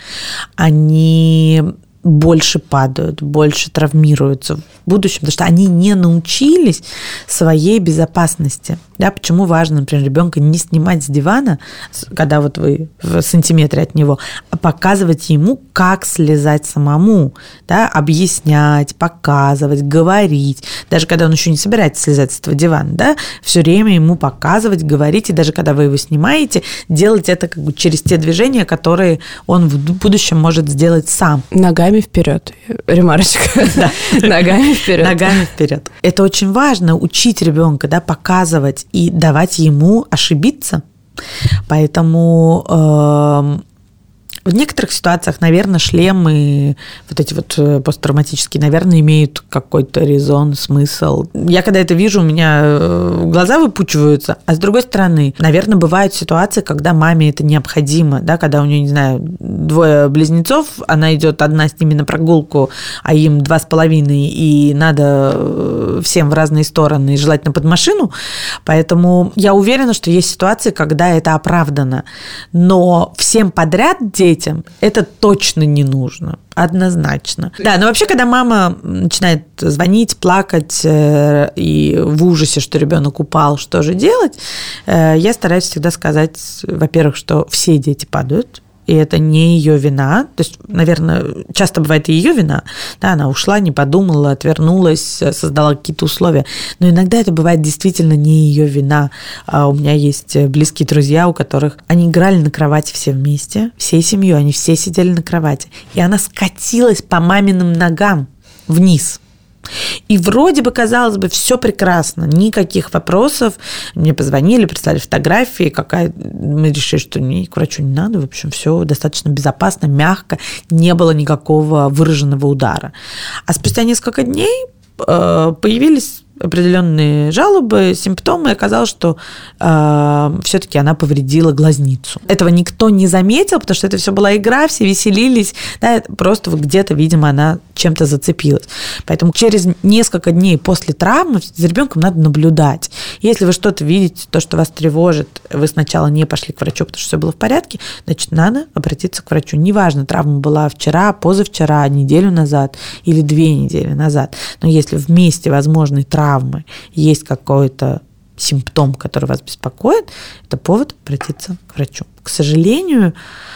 Они больше падают, больше травмируются в будущем, потому что они не научились своей безопасности. Да, почему важно, например, ребенка не снимать с дивана, когда вот вы в сантиметре от него, а показывать ему, как слезать самому, да, объяснять, показывать, говорить. Даже когда он еще не собирается слезать с этого дивана, да, все время ему показывать, говорить, и даже когда вы его снимаете, делать это как бы через те движения, которые он в будущем может сделать сам. Ногами вперед. Ремарочка. Да. Ногами вперед. Ногами вперед. Это очень важно, учить ребенка, да, показывать и давать ему ошибиться. Поэтому э, в некоторых ситуациях, наверное, шлемы, вот эти вот посттравматические, наверное, имеют какой-то резон, смысл. Я когда это вижу, у меня глаза выпучиваются. А с другой стороны, наверное, бывают ситуации, когда маме это необходимо, да, когда у нее, не знаю, двое близнецов, она идет одна с ними на прогулку, а им два с половиной, и надо всем в разные стороны, желательно под машину. Поэтому я уверена, что есть ситуации, когда это оправдано. Но всем подряд детям это точно не нужно. Однозначно. Да, но вообще, когда мама начинает звонить, плакать э, и в ужасе, что ребенок упал, что же делать, э, я стараюсь всегда сказать, во-первых, что все дети падают, и это не ее вина. То есть, наверное, часто бывает и ее вина. Да, она ушла, не подумала, отвернулась, создала какие-то условия. Но иногда это бывает действительно не ее вина. А у меня есть близкие друзья, у которых они играли на кровати все вместе, всей семьей, они все сидели на кровати. И она скатилась по маминым ногам вниз. И вроде бы, казалось бы, все прекрасно, никаких вопросов. Мне позвонили, прислали фотографии, какая... мы решили, что не, к врачу не надо, в общем, все достаточно безопасно, мягко, не было никакого выраженного удара. А спустя несколько дней появились определенные жалобы, симптомы, и оказалось, что э, все-таки она повредила глазницу. Этого никто не заметил, потому что это все была игра, все веселились, да, просто вот где-то, видимо, она чем-то зацепилась. Поэтому через несколько дней после травмы за ребенком надо наблюдать. Если вы что-то видите, то, что вас тревожит, вы сначала не пошли к врачу, потому что все было в порядке, значит, надо обратиться к врачу. Неважно, травма была вчера, позавчера, неделю назад или две недели назад. Но если вместе возможной травмы есть какой-то симптом, который вас беспокоит, это повод обратиться к врачу. К сожалению,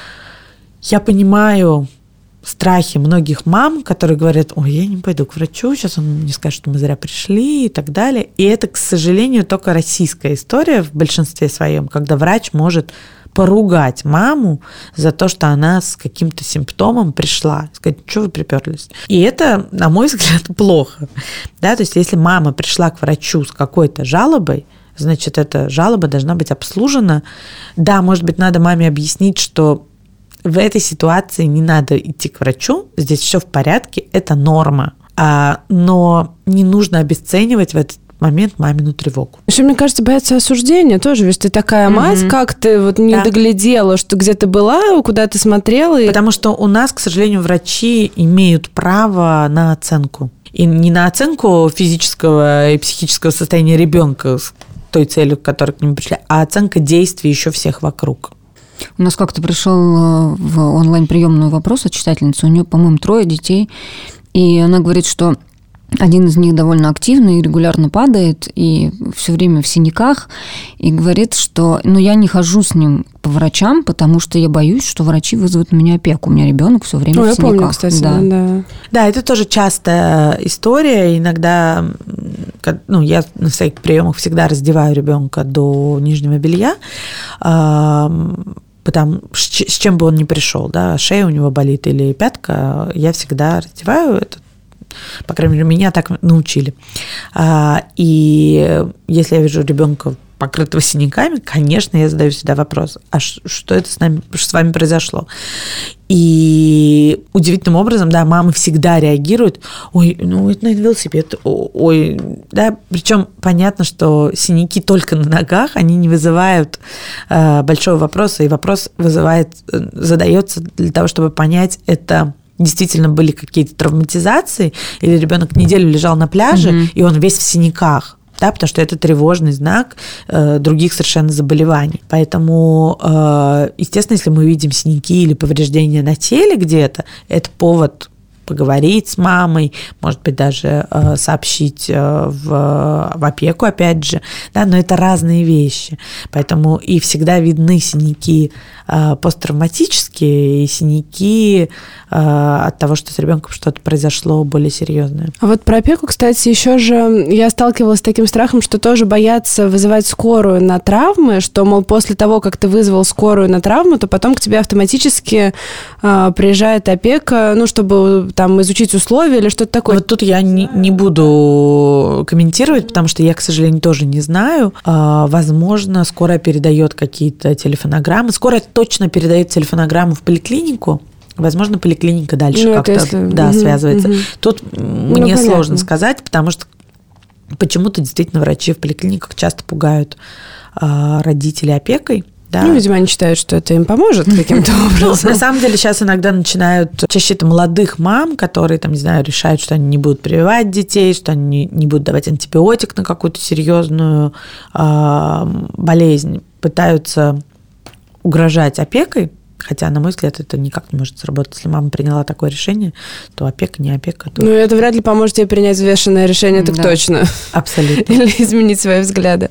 я понимаю страхи многих мам, которые говорят: ой, я не пойду к врачу, сейчас он мне скажет, что мы зря пришли и так далее. И это, к сожалению, только российская история в большинстве своем, когда врач может поругать маму за то, что она с каким-то симптомом пришла, сказать: что вы приперлись? И это, на мой взгляд, плохо. Да? То есть если мама пришла к врачу с какой-то жалобой, значит, эта жалоба должна быть обслужена. Да, может быть, надо маме объяснить, что в этой ситуации не надо идти к врачу, здесь все в порядке, это норма. А, но не нужно обесценивать в этот момент мамину тревогу. Еще, мне кажется, боятся осуждения тоже, ведь ты такая мать, mm-hmm. как ты вот не да. доглядела, что где ты была, куда ты смотрела. И... Потому что у нас, к сожалению, врачи имеют право на оценку. И не на оценку физического и психического состояния ребенка с той целью, к которой к нему пришли, а оценка действий еще всех вокруг. У нас как-то пришел в онлайн-приемную вопрос от читательницы, у нее, по-моему, трое детей, и она говорит, что один из них довольно активный, регулярно падает, и все время в синяках, и говорит, что ну, я не хожу с ним по врачам, потому что я боюсь, что врачи вызовут на меня опеку. У меня ребенок все время ну, в я синяках. Помню, кстати, да. Да. да, это тоже частая история. Иногда ну, я на своих приемах всегда раздеваю ребенка до нижнего белья, потому с чем бы он ни пришел, да, шея у него болит или пятка, я всегда раздеваю это. По крайней мере, меня так научили. И если я вижу ребенка покрытого синяками, конечно, я задаю всегда вопрос: а что это с нами, что с вами произошло? И удивительным образом, да, мамы всегда реагируют: ой, ну это, наверное, велосипед, ой, да, причем понятно, что синяки только на ногах, они не вызывают э, большого вопроса, и вопрос вызывает, задается для того, чтобы понять, это действительно были какие-то травматизации, или ребенок неделю лежал на пляже, mm-hmm. и он весь в синяках. Да, потому что это тревожный знак э, других совершенно заболеваний. Поэтому, э, естественно, если мы видим синяки или повреждения на теле где-то, это повод поговорить с мамой, может быть, даже э, сообщить э, в, в опеку, опять же, да, но это разные вещи. Поэтому и всегда видны синяки э, посттравматические, и синяки э, от того, что с ребенком что-то произошло более серьезное. А вот про опеку, кстати, еще же я сталкивалась с таким страхом, что тоже боятся вызывать скорую на травмы, что, мол, после того, как ты вызвал скорую на травму, то потом к тебе автоматически э, приезжает опека, ну, чтобы там изучить условия или что-то такое. Вот тут я не, не буду комментировать, потому что я, к сожалению, тоже не знаю. А, возможно, скорая передает какие-то телефонограммы. Скорая точно передает телефонограмму в поликлинику. Возможно, поликлиника дальше ну, как-то если... да, угу, связывается. Угу. Тут ну, мне понятно. Сложно сказать, потому что почему-то действительно врачи в поликлиниках часто пугают а, родителей опекой. Да. Ну, видимо, они считают, что это им поможет каким-то образом. Ну, на самом деле, сейчас иногда начинают, чаще это молодых мам, которые, там, не знаю, решают, что они не будут прививать детей, что они не будут давать антибиотик на какую-то серьезную э, болезнь, пытаются угрожать опекой. Хотя, на мой взгляд, это никак не может сработать. Если мама приняла такое решение, то опека, не опека. То... Ну, это вряд ли поможет тебе принять взвешенное решение, так да. точно. Абсолютно. Или изменить свои взгляды.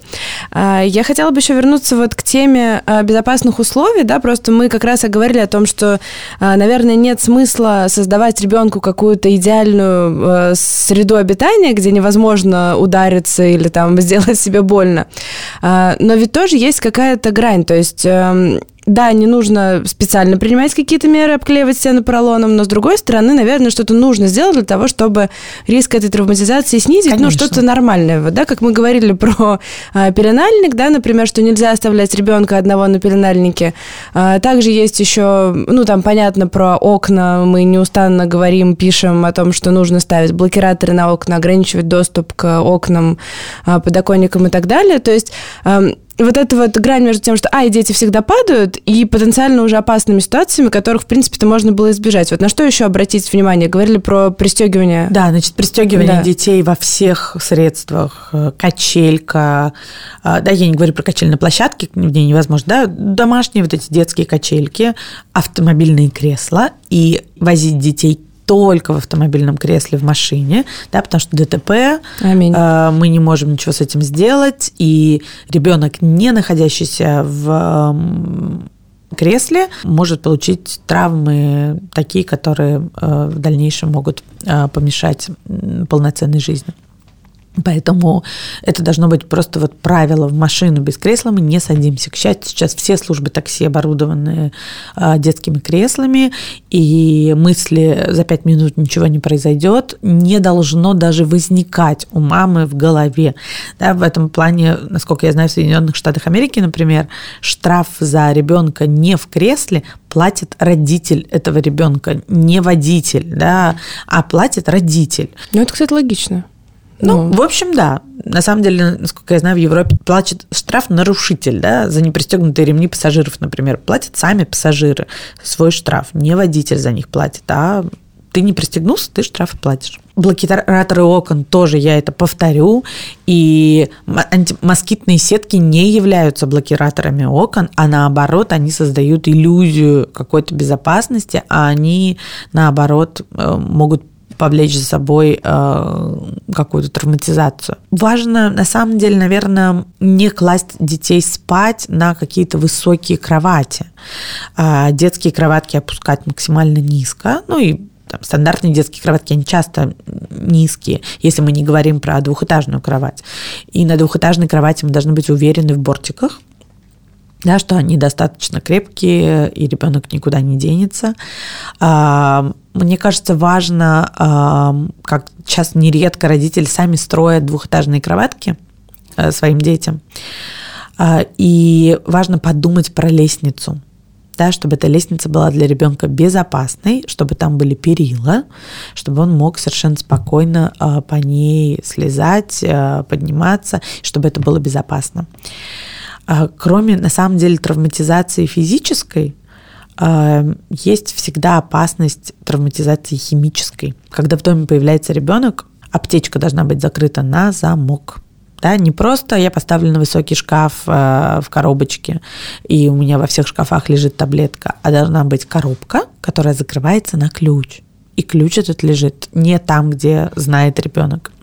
Я хотела бы еще вернуться вот к теме безопасных условий. Да? Просто мы как раз и говорили о том, что, наверное, нет смысла создавать ребенку какую-то идеальную среду обитания, где невозможно удариться или там сделать себе больно. Но ведь тоже есть какая-то грань. То есть да, не нужно специально принимать какие-то меры, обклеивать стены поролоном, но, с другой стороны, наверное, что-то нужно сделать для того, чтобы риск этой травматизации снизить, Конечно. ну, что-то нормальное. Вот, да, как мы говорили про а, пеленальник, да, например, что нельзя оставлять ребенка одного на пеленальнике. А, также есть еще, ну, там, понятно, про окна, мы неустанно говорим, пишем о том, что нужно ставить блокираторы на окна, ограничивать доступ к окнам, а, подоконникам и так далее. То есть... А, вот эта вот грань между тем, что, а, и дети всегда падают, и потенциально уже опасными ситуациями, которых, в принципе-то, можно было избежать. Вот на что еще обратить внимание? Говорили про пристегивание. Да, значит, пристегивание да. детей во всех средствах, качелька, да, я не говорю про качельные площадки, где невозможно, да, домашние вот эти детские качельки, автомобильные кресла, и возить детей только в автомобильном кресле в машине, да, потому что ДТП, Аминь. Э, мы не можем ничего с этим сделать, и ребенок, не находящийся в э, кресле, может получить травмы такие, которые э, в дальнейшем могут э, помешать полноценной жизни. Поэтому это должно быть просто вот правило: в машину без кресла мы не садимся. К счастью, сейчас все службы такси оборудованы а, детскими креслами, и мысли «за пять минут ничего не произойдет» не должно даже возникать у мамы в голове. Да, в этом плане, насколько я знаю, в Соединенных Штатах Америки, например, штраф за ребенка не в кресле платит родитель этого ребенка, не водитель, да, а платит родитель. Ну, это, кстати, логично. Ну, в общем, да. На самом деле, насколько я знаю, в Европе платит штраф нарушитель, да, за непристегнутые ремни пассажиров, например. Платят сами пассажиры свой штраф. Не водитель за них платит, а ты не пристегнулся, ты штраф платишь. Блокираторы окон тоже, я это повторю, и антимоскитные сетки не являются блокираторами окон, а наоборот, они создают иллюзию какой-то безопасности, а они, наоборот, могут повлечь за собой э, какую-то травматизацию. Важно, на самом деле, наверное, не класть детей спать на какие-то высокие кровати. А детские кроватки опускать максимально низко, ну и там, стандартные детские кроватки, они часто низкие, если мы не говорим про двухэтажную кровать. И на двухэтажной кровати мы должны быть уверены в бортиках, да, что они достаточно крепкие, и ребенок никуда не денется. Мне кажется, важно, как сейчас нередко родители сами строят двухэтажные кроватки своим детям, и важно подумать про лестницу, да, чтобы эта лестница была для ребенка безопасной, чтобы там были перила, чтобы он мог совершенно спокойно по ней слезать, подниматься, чтобы это было безопасно. Кроме, на самом деле, травматизации физической, есть всегда опасность травматизации химической. Когда в доме появляется ребенок, аптечка должна быть закрыта на замок. Да, не просто я поставлю на высокий шкаф в коробочке, и у меня во всех шкафах лежит таблетка, а должна быть коробка, которая закрывается на ключ. И ключ этот лежит не там, где знает ребенок.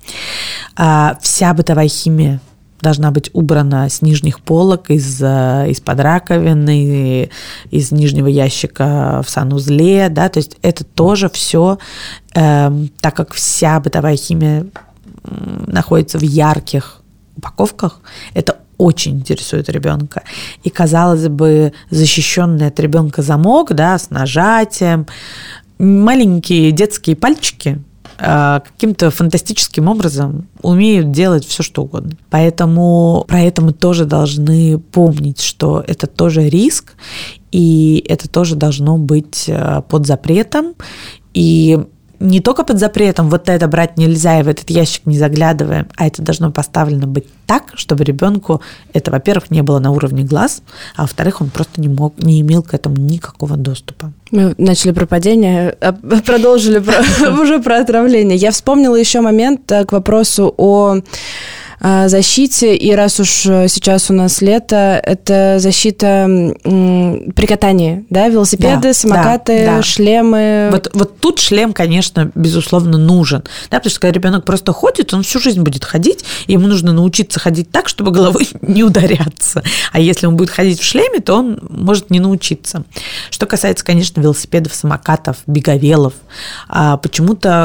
Вся бытовая химия должна быть убрана с нижних полок, из, из-под раковины, из нижнего ящика в санузле, да, то есть это тоже все, э, так как вся бытовая химия находится в ярких упаковках, это очень интересует ребенка. И, казалось бы, защищенный от ребенка замок, да, с нажатием, маленькие детские пальчики каким-то фантастическим образом умеют делать все, что угодно. Поэтому про это мы тоже должны помнить, что это тоже риск, и это тоже должно быть под запретом. И не только под запретом, вот это брать нельзя, и в этот ящик не заглядываем, а это должно поставлено быть так, чтобы ребенку это, во-первых, не было на уровне глаз, а во-вторых, он просто не мог, не имел к этому никакого доступа. Мы начали про падение, а продолжили про, уже про отравление. Я вспомнила еще момент к вопросу о защите, и раз уж сейчас у нас лето, это защита м, при катании, да, велосипеды, да, самокаты, да, да. шлемы. Вот, вот тут шлем, конечно, безусловно, нужен, да, потому что когда ребенок просто ходит, он всю жизнь будет ходить, и ему нужно научиться ходить так, чтобы головой не ударяться, а если он будет ходить в шлеме, то он может не научиться. Что касается, конечно, велосипедов, самокатов, беговелов, почему-то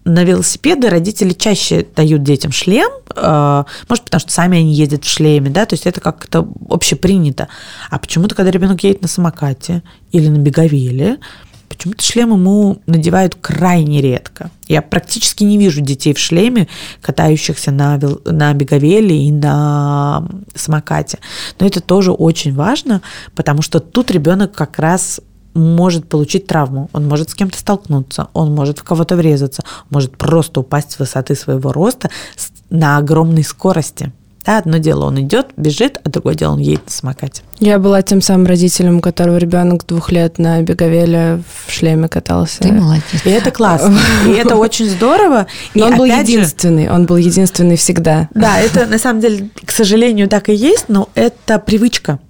на велосипеды родители чаще дают детям шлем, может, потому что сами они ездят в шлеме, да, то есть это как-то общепринято. А почему-то, когда ребенок едет на самокате или на беговеле, почему-то шлем ему надевают крайне редко. Я практически не вижу детей в шлеме, катающихся на, на беговеле и на самокате. Но это тоже очень важно, потому что тут ребенок как раз может получить травму, он может с кем-то столкнуться, он может в кого-то врезаться, может просто упасть с высоты своего роста на огромной скорости. Да, одно дело, он идет, бежит, а другое дело, он едет на самокате. Я была тем самым родителем, у которого ребенок двух лет на беговеле в шлеме катался. Ты молодец. И это классно, и это очень здорово. Но и он был опять единственный, же, он был единственный всегда. Да, это на самом деле, к сожалению, так и есть, но это привычка.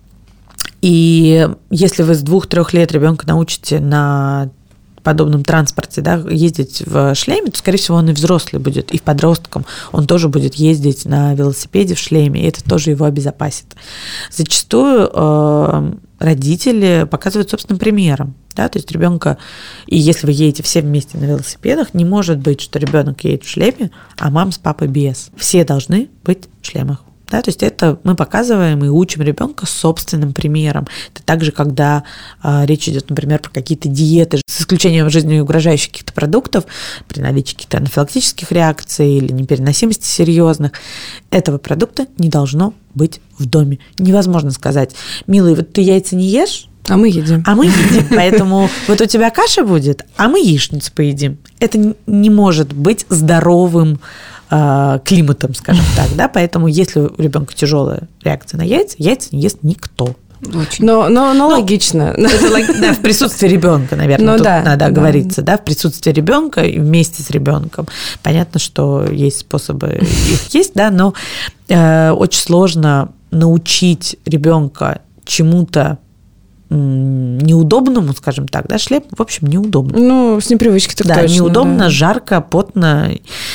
И если вы с двух-трех лет ребенка научите на подобном транспорте, да, ездить в шлеме, то, скорее всего, он и взрослый будет, и в подростком он тоже будет ездить на велосипеде в шлеме, и это тоже его обезопасит. Зачастую э, родители показывают собственным примером, да, то есть ребенка, и если вы едете все вместе на велосипедах, не может быть, что ребенок едет в шлеме, а мама с папой без. Все должны быть в шлемах. Да, то есть это мы показываем и учим ребенка собственным примером. Это также, когда а, речь идет, например, про какие-то диеты, с исключением жизни угрожающих каких-то продуктов, при наличии каких-то анафилактических реакций или непереносимости серьезных, этого продукта не должно быть в доме. Невозможно сказать: милый, вот ты яйца не ешь, а мы едим. А мы едим, поэтому вот у тебя каша будет, а мы яичницу поедим. Это не может быть здоровым э, климатом, скажем так, да, поэтому если у ребенка тяжелая реакция на яйца, яйца не ест никто. Очень. Но, но, но ну, логично. Это, да, в присутствии ребенка, наверное, ну, тут да, надо оговориться, да. да, в присутствии ребенка и вместе с ребенком. Понятно, что есть способы, их есть, да, но э, очень сложно научить ребенка чему-то неудобному, скажем так, да, шлем, в общем, неудобно. Ну, с непривычки так да, точно. Неудобно, да. жарко, потно.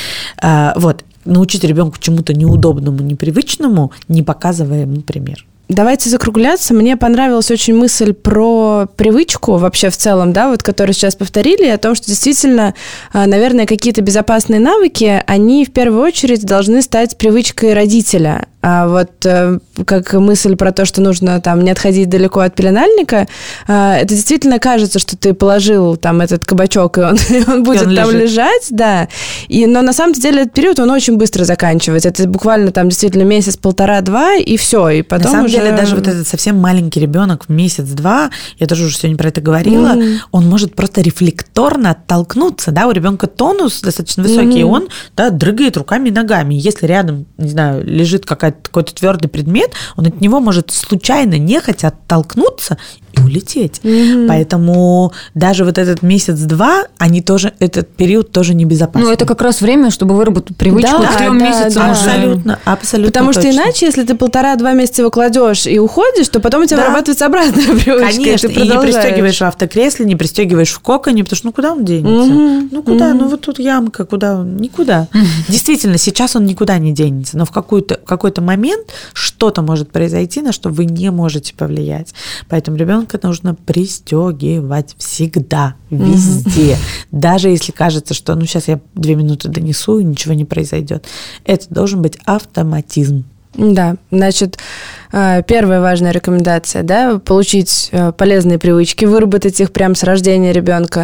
А, вот, научить ребенку чему-то неудобному, непривычному, не показывая ему пример. Давайте закругляться. Мне понравилась очень мысль про привычку вообще в целом, да, вот, которую сейчас повторили, о том, что действительно, наверное, какие-то безопасные навыки, они в первую очередь должны стать привычкой родителя. А вот как мысль про то, что нужно там не отходить далеко от пеленальника, это действительно кажется, что ты положил там этот кабачок, и он, и он будет и он там лежит. лежать, да. И, но на самом деле этот период, он очень быстро заканчивается. Это буквально там действительно месяц, полтора-два, и все. И потом на самом уже... деле даже вот этот совсем маленький ребенок в месяц-два, я тоже уже сегодня про это говорила, mm-hmm. он может просто рефлекторно оттолкнуться, да, у ребенка тонус достаточно высокий, mm-hmm. и он, да, дрыгает руками и ногами. Если рядом, не знаю, лежит какая-то какой-то твердый предмет, он от него может случайно, нехотя оттолкнуться и улететь. Mm-hmm. Поэтому даже вот этот месяц-два, они тоже, этот период тоже небезопасный. Ну, это как раз время, чтобы выработать привычку да, к трем да, месяцам да. уже. Абсолютно, абсолютно Потому точно. что иначе, если ты полтора-два месяца его кладешь и уходишь, то потом у тебя да. вырабатывается обратная привычка. Конечно, и, и не пристегиваешь в автокресле, не пристегиваешь в коконе, потому что ну куда он денется? Mm-hmm. Ну куда? Mm-hmm. Ну вот тут ямка, куда? Никуда. Mm-hmm. Действительно, сейчас он никуда не денется, но в какой-то, какой-то момент что-то может произойти, на что вы не можете повлиять. Поэтому ребенка нужно пристегивать всегда, везде. Mm-hmm. Даже если кажется, что ну сейчас я две минуты донесу, и ничего не произойдет. Это должен быть автоматизм. Да, значит, первая важная рекомендация, да, получить полезные привычки, выработать их прямо с рождения ребенка.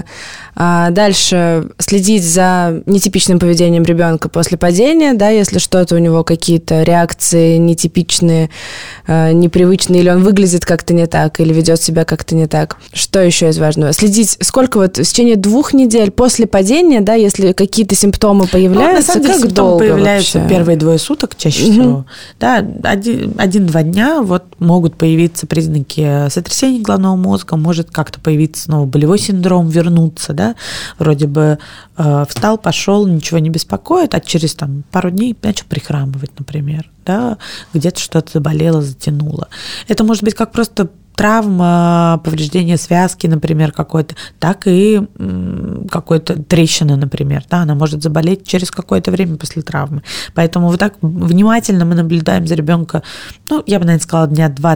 Дальше следить за нетипичным поведением ребенка после падения, да, если что-то у него какие-то реакции нетипичные, непривычные, или он выглядит как-то не так, или ведет себя как-то не так. Что еще из важного? Следить, сколько вот в течение двух недель после падения, да, если какие-то симптомы появляются, ну, на самом деле, как симптомы долго появляются вообще? Первые двое суток чаще угу. всего. Да, один, один-два дня вот могут появиться признаки сотрясения головного мозга, может как-то появиться снова болевой синдром, вернуться, да, вроде бы э, встал, пошел, ничего не беспокоит, а через там пару дней начал прихрамывать, например, да, где-то что-то заболело, затянуло. Это может быть как просто травма, повреждение связки, например, какой-то, так и какой-то трещина, например, да, она может заболеть через какое-то время после травмы. Поэтому вот так внимательно мы наблюдаем за ребенком, ну, я бы, наверное, сказала, дня два-три,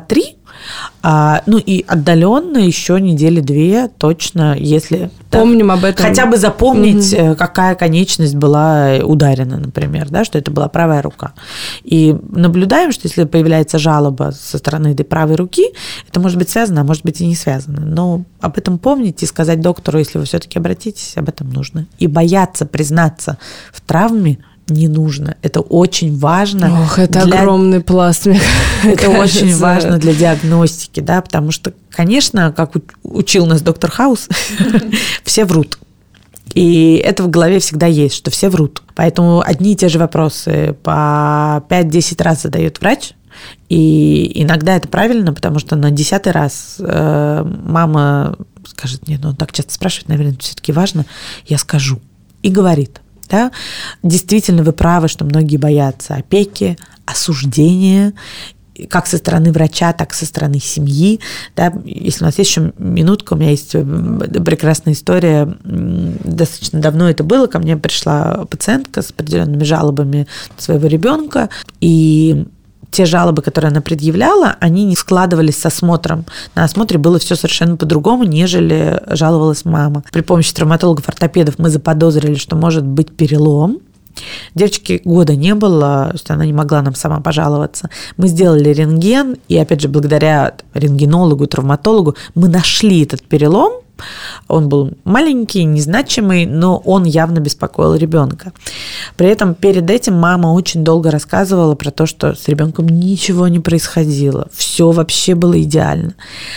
А, ну и отдаленно еще недели две точно, если... Помним да, об этом. Хотя бы запомнить, угу. какая конечность была ударена, например, да, что это была правая рука. И наблюдаем, что если появляется жалоба со стороны этой правой руки, это может быть связано, а может быть и не связано. Но об этом помнить и сказать доктору, если вы все-таки обратитесь, об этом нужно. И бояться признаться в травме не нужно. Это очень важно. Ох, это для... огромный пласт, мне Это кажется. очень важно для диагностики, да, потому что, конечно, как учил нас доктор Хаус, все врут. И это в голове всегда есть, что все врут. Поэтому одни и те же вопросы по пять-десять раз задает врач, и иногда это правильно, потому что на десятый раз э, мама скажет: нет, ну он так часто спрашивает, наверное, это все-таки важно, я скажу. И говорит. Да? Действительно, вы правы, что многие боятся опеки, осуждения, как со стороны врача, так и со стороны семьи. Да? Если у нас есть еще минутка, у меня есть прекрасная история. Достаточно давно это было. Ко мне пришла пациентка с определенными жалобами своего ребенка, и те жалобы, которые она предъявляла, они не складывались с осмотром. На осмотре было все совершенно по-другому, нежели жаловалась мама. При помощи травматологов-ортопедов мы заподозрили, что может быть перелом. Девочки года не было, что она не могла нам сама пожаловаться. Мы сделали рентген, и, опять же, благодаря рентгенологу и травматологу мы нашли этот перелом. Он был маленький, незначимый, но он явно беспокоил ребенка. При этом перед этим мама очень долго рассказывала про то, что с ребенком ничего не происходило, все вообще было идеально.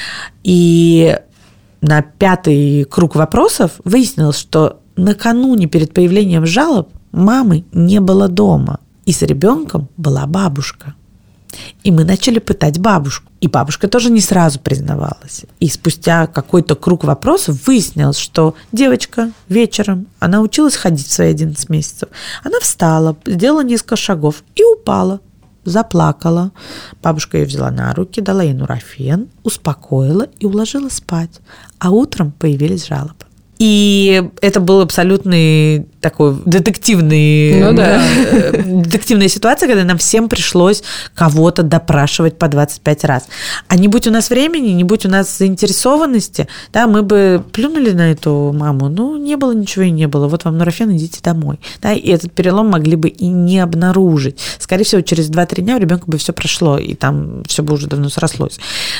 И на пятый круг вопросов выяснилось, что накануне перед появлением жалоб мамы не было дома, и с ребенком была бабушка. И мы начали пытать бабушку. И бабушка тоже не сразу признавалась. И спустя какой-то круг вопросов выяснилось, что девочка вечером, она училась ходить в свои одиннадцать месяцев. Она встала, сделала несколько шагов и упала, заплакала. Бабушка ее взяла на руки, дала ей нурофен, успокоила и уложила спать. А утром появились жалобы. И это был абсолютный такой детективный, ну, да. детективная ситуация, когда нам всем пришлось кого-то допрашивать по двадцать пять раз. А не будь у нас времени, не будь у нас заинтересованности, да, мы бы плюнули на эту маму, ну, не было ничего и не было, вот вам нурофен, идите домой. Да, и этот перелом могли бы и не обнаружить. Скорее всего, через два-три дня у ребенка бы все прошло, и там все бы уже давно срослось.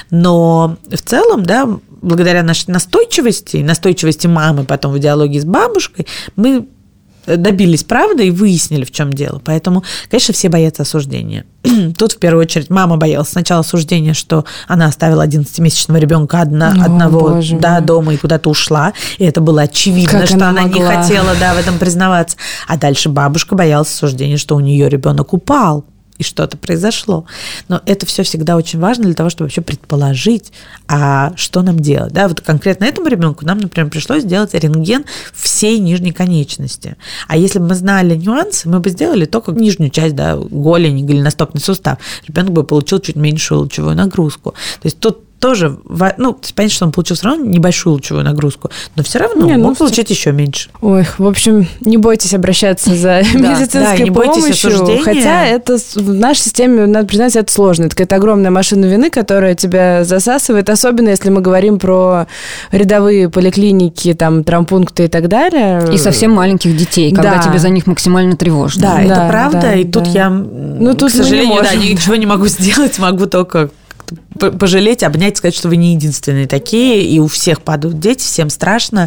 Но в целом, да, благодаря нашей настойчивости, настойчивости мамы потом в диалоге с бабушкой, мы добились правды и выяснили, в чем дело. Поэтому, конечно, все боятся осуждения. Тут, в первую очередь, мама боялась сначала осуждения, что она оставила одиннадцатимесячного ребенка одна, О, одного да, дома и куда-то ушла. И это было очевидно, как что она, она не хотела да, в этом признаваться. А дальше бабушка боялась осуждения, что у нее ребенок упал. И что-то произошло. Но это все всегда очень важно для того, чтобы вообще предположить, а что нам делать. Да, вот конкретно этому ребенку нам, например, пришлось сделать рентген всей нижней конечности. А если бы мы знали нюансы, мы бы сделали только нижнюю часть, да, голень, голеностопный сустав. Ребенок бы получил чуть меньшую лучевую нагрузку. То есть тут тоже, ну, понятно, что он получил все равно небольшую лучевую нагрузку, но все равно не, мог ну, получить еще меньше. Ой, в общем, не бойтесь обращаться за медицинской помощью, хотя это в нашей системе, надо признать, это сложно. Это какая-то огромная машина вины, которая тебя засасывает, особенно если мы говорим про рядовые поликлиники, там, травмпункты и так далее. И совсем маленьких детей, когда да. тебе за них максимально тревожно. Да, да это правда, да, и да. тут я, ну, тут к сожалению, да, ничего не могу сделать, могу только пожалеть, обнять, сказать, что вы не единственные такие, и у всех падают дети, всем страшно,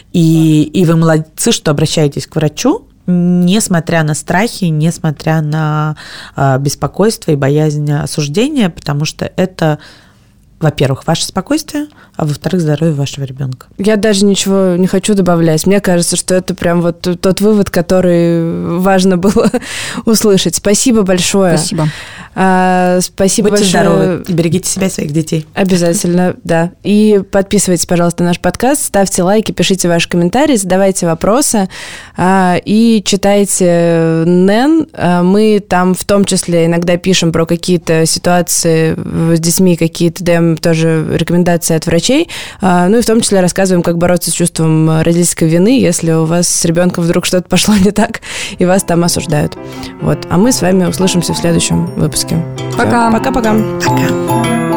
и, и вы молодцы, что обращаетесь к врачу, несмотря на страхи, несмотря на э, беспокойство и боязнь осуждения, потому что это, во-первых, ваше спокойствие, а во-вторых, здоровье вашего ребенка. Я даже ничего не хочу добавлять. Мне кажется, что это прям вот тот вывод, который важно было услышать. Спасибо большое. Спасибо. А, спасибо Будьте большое. здоровы и берегите себя и своих детей. Обязательно, да. И подписывайтесь, пожалуйста, на наш подкаст, ставьте лайки, пишите ваши комментарии, задавайте вопросы а, и читайте НЭН. А, мы там в том числе иногда пишем про какие-то ситуации с детьми, какие-то даем тоже рекомендации от врачей. А, ну и в том числе рассказываем, как бороться с чувством родительской вины, если у вас с ребенком вдруг что-то пошло не так, и вас там осуждают. Вот. А мы с вами услышимся в следующем выпуске. Пока. Пока-пока. Пока.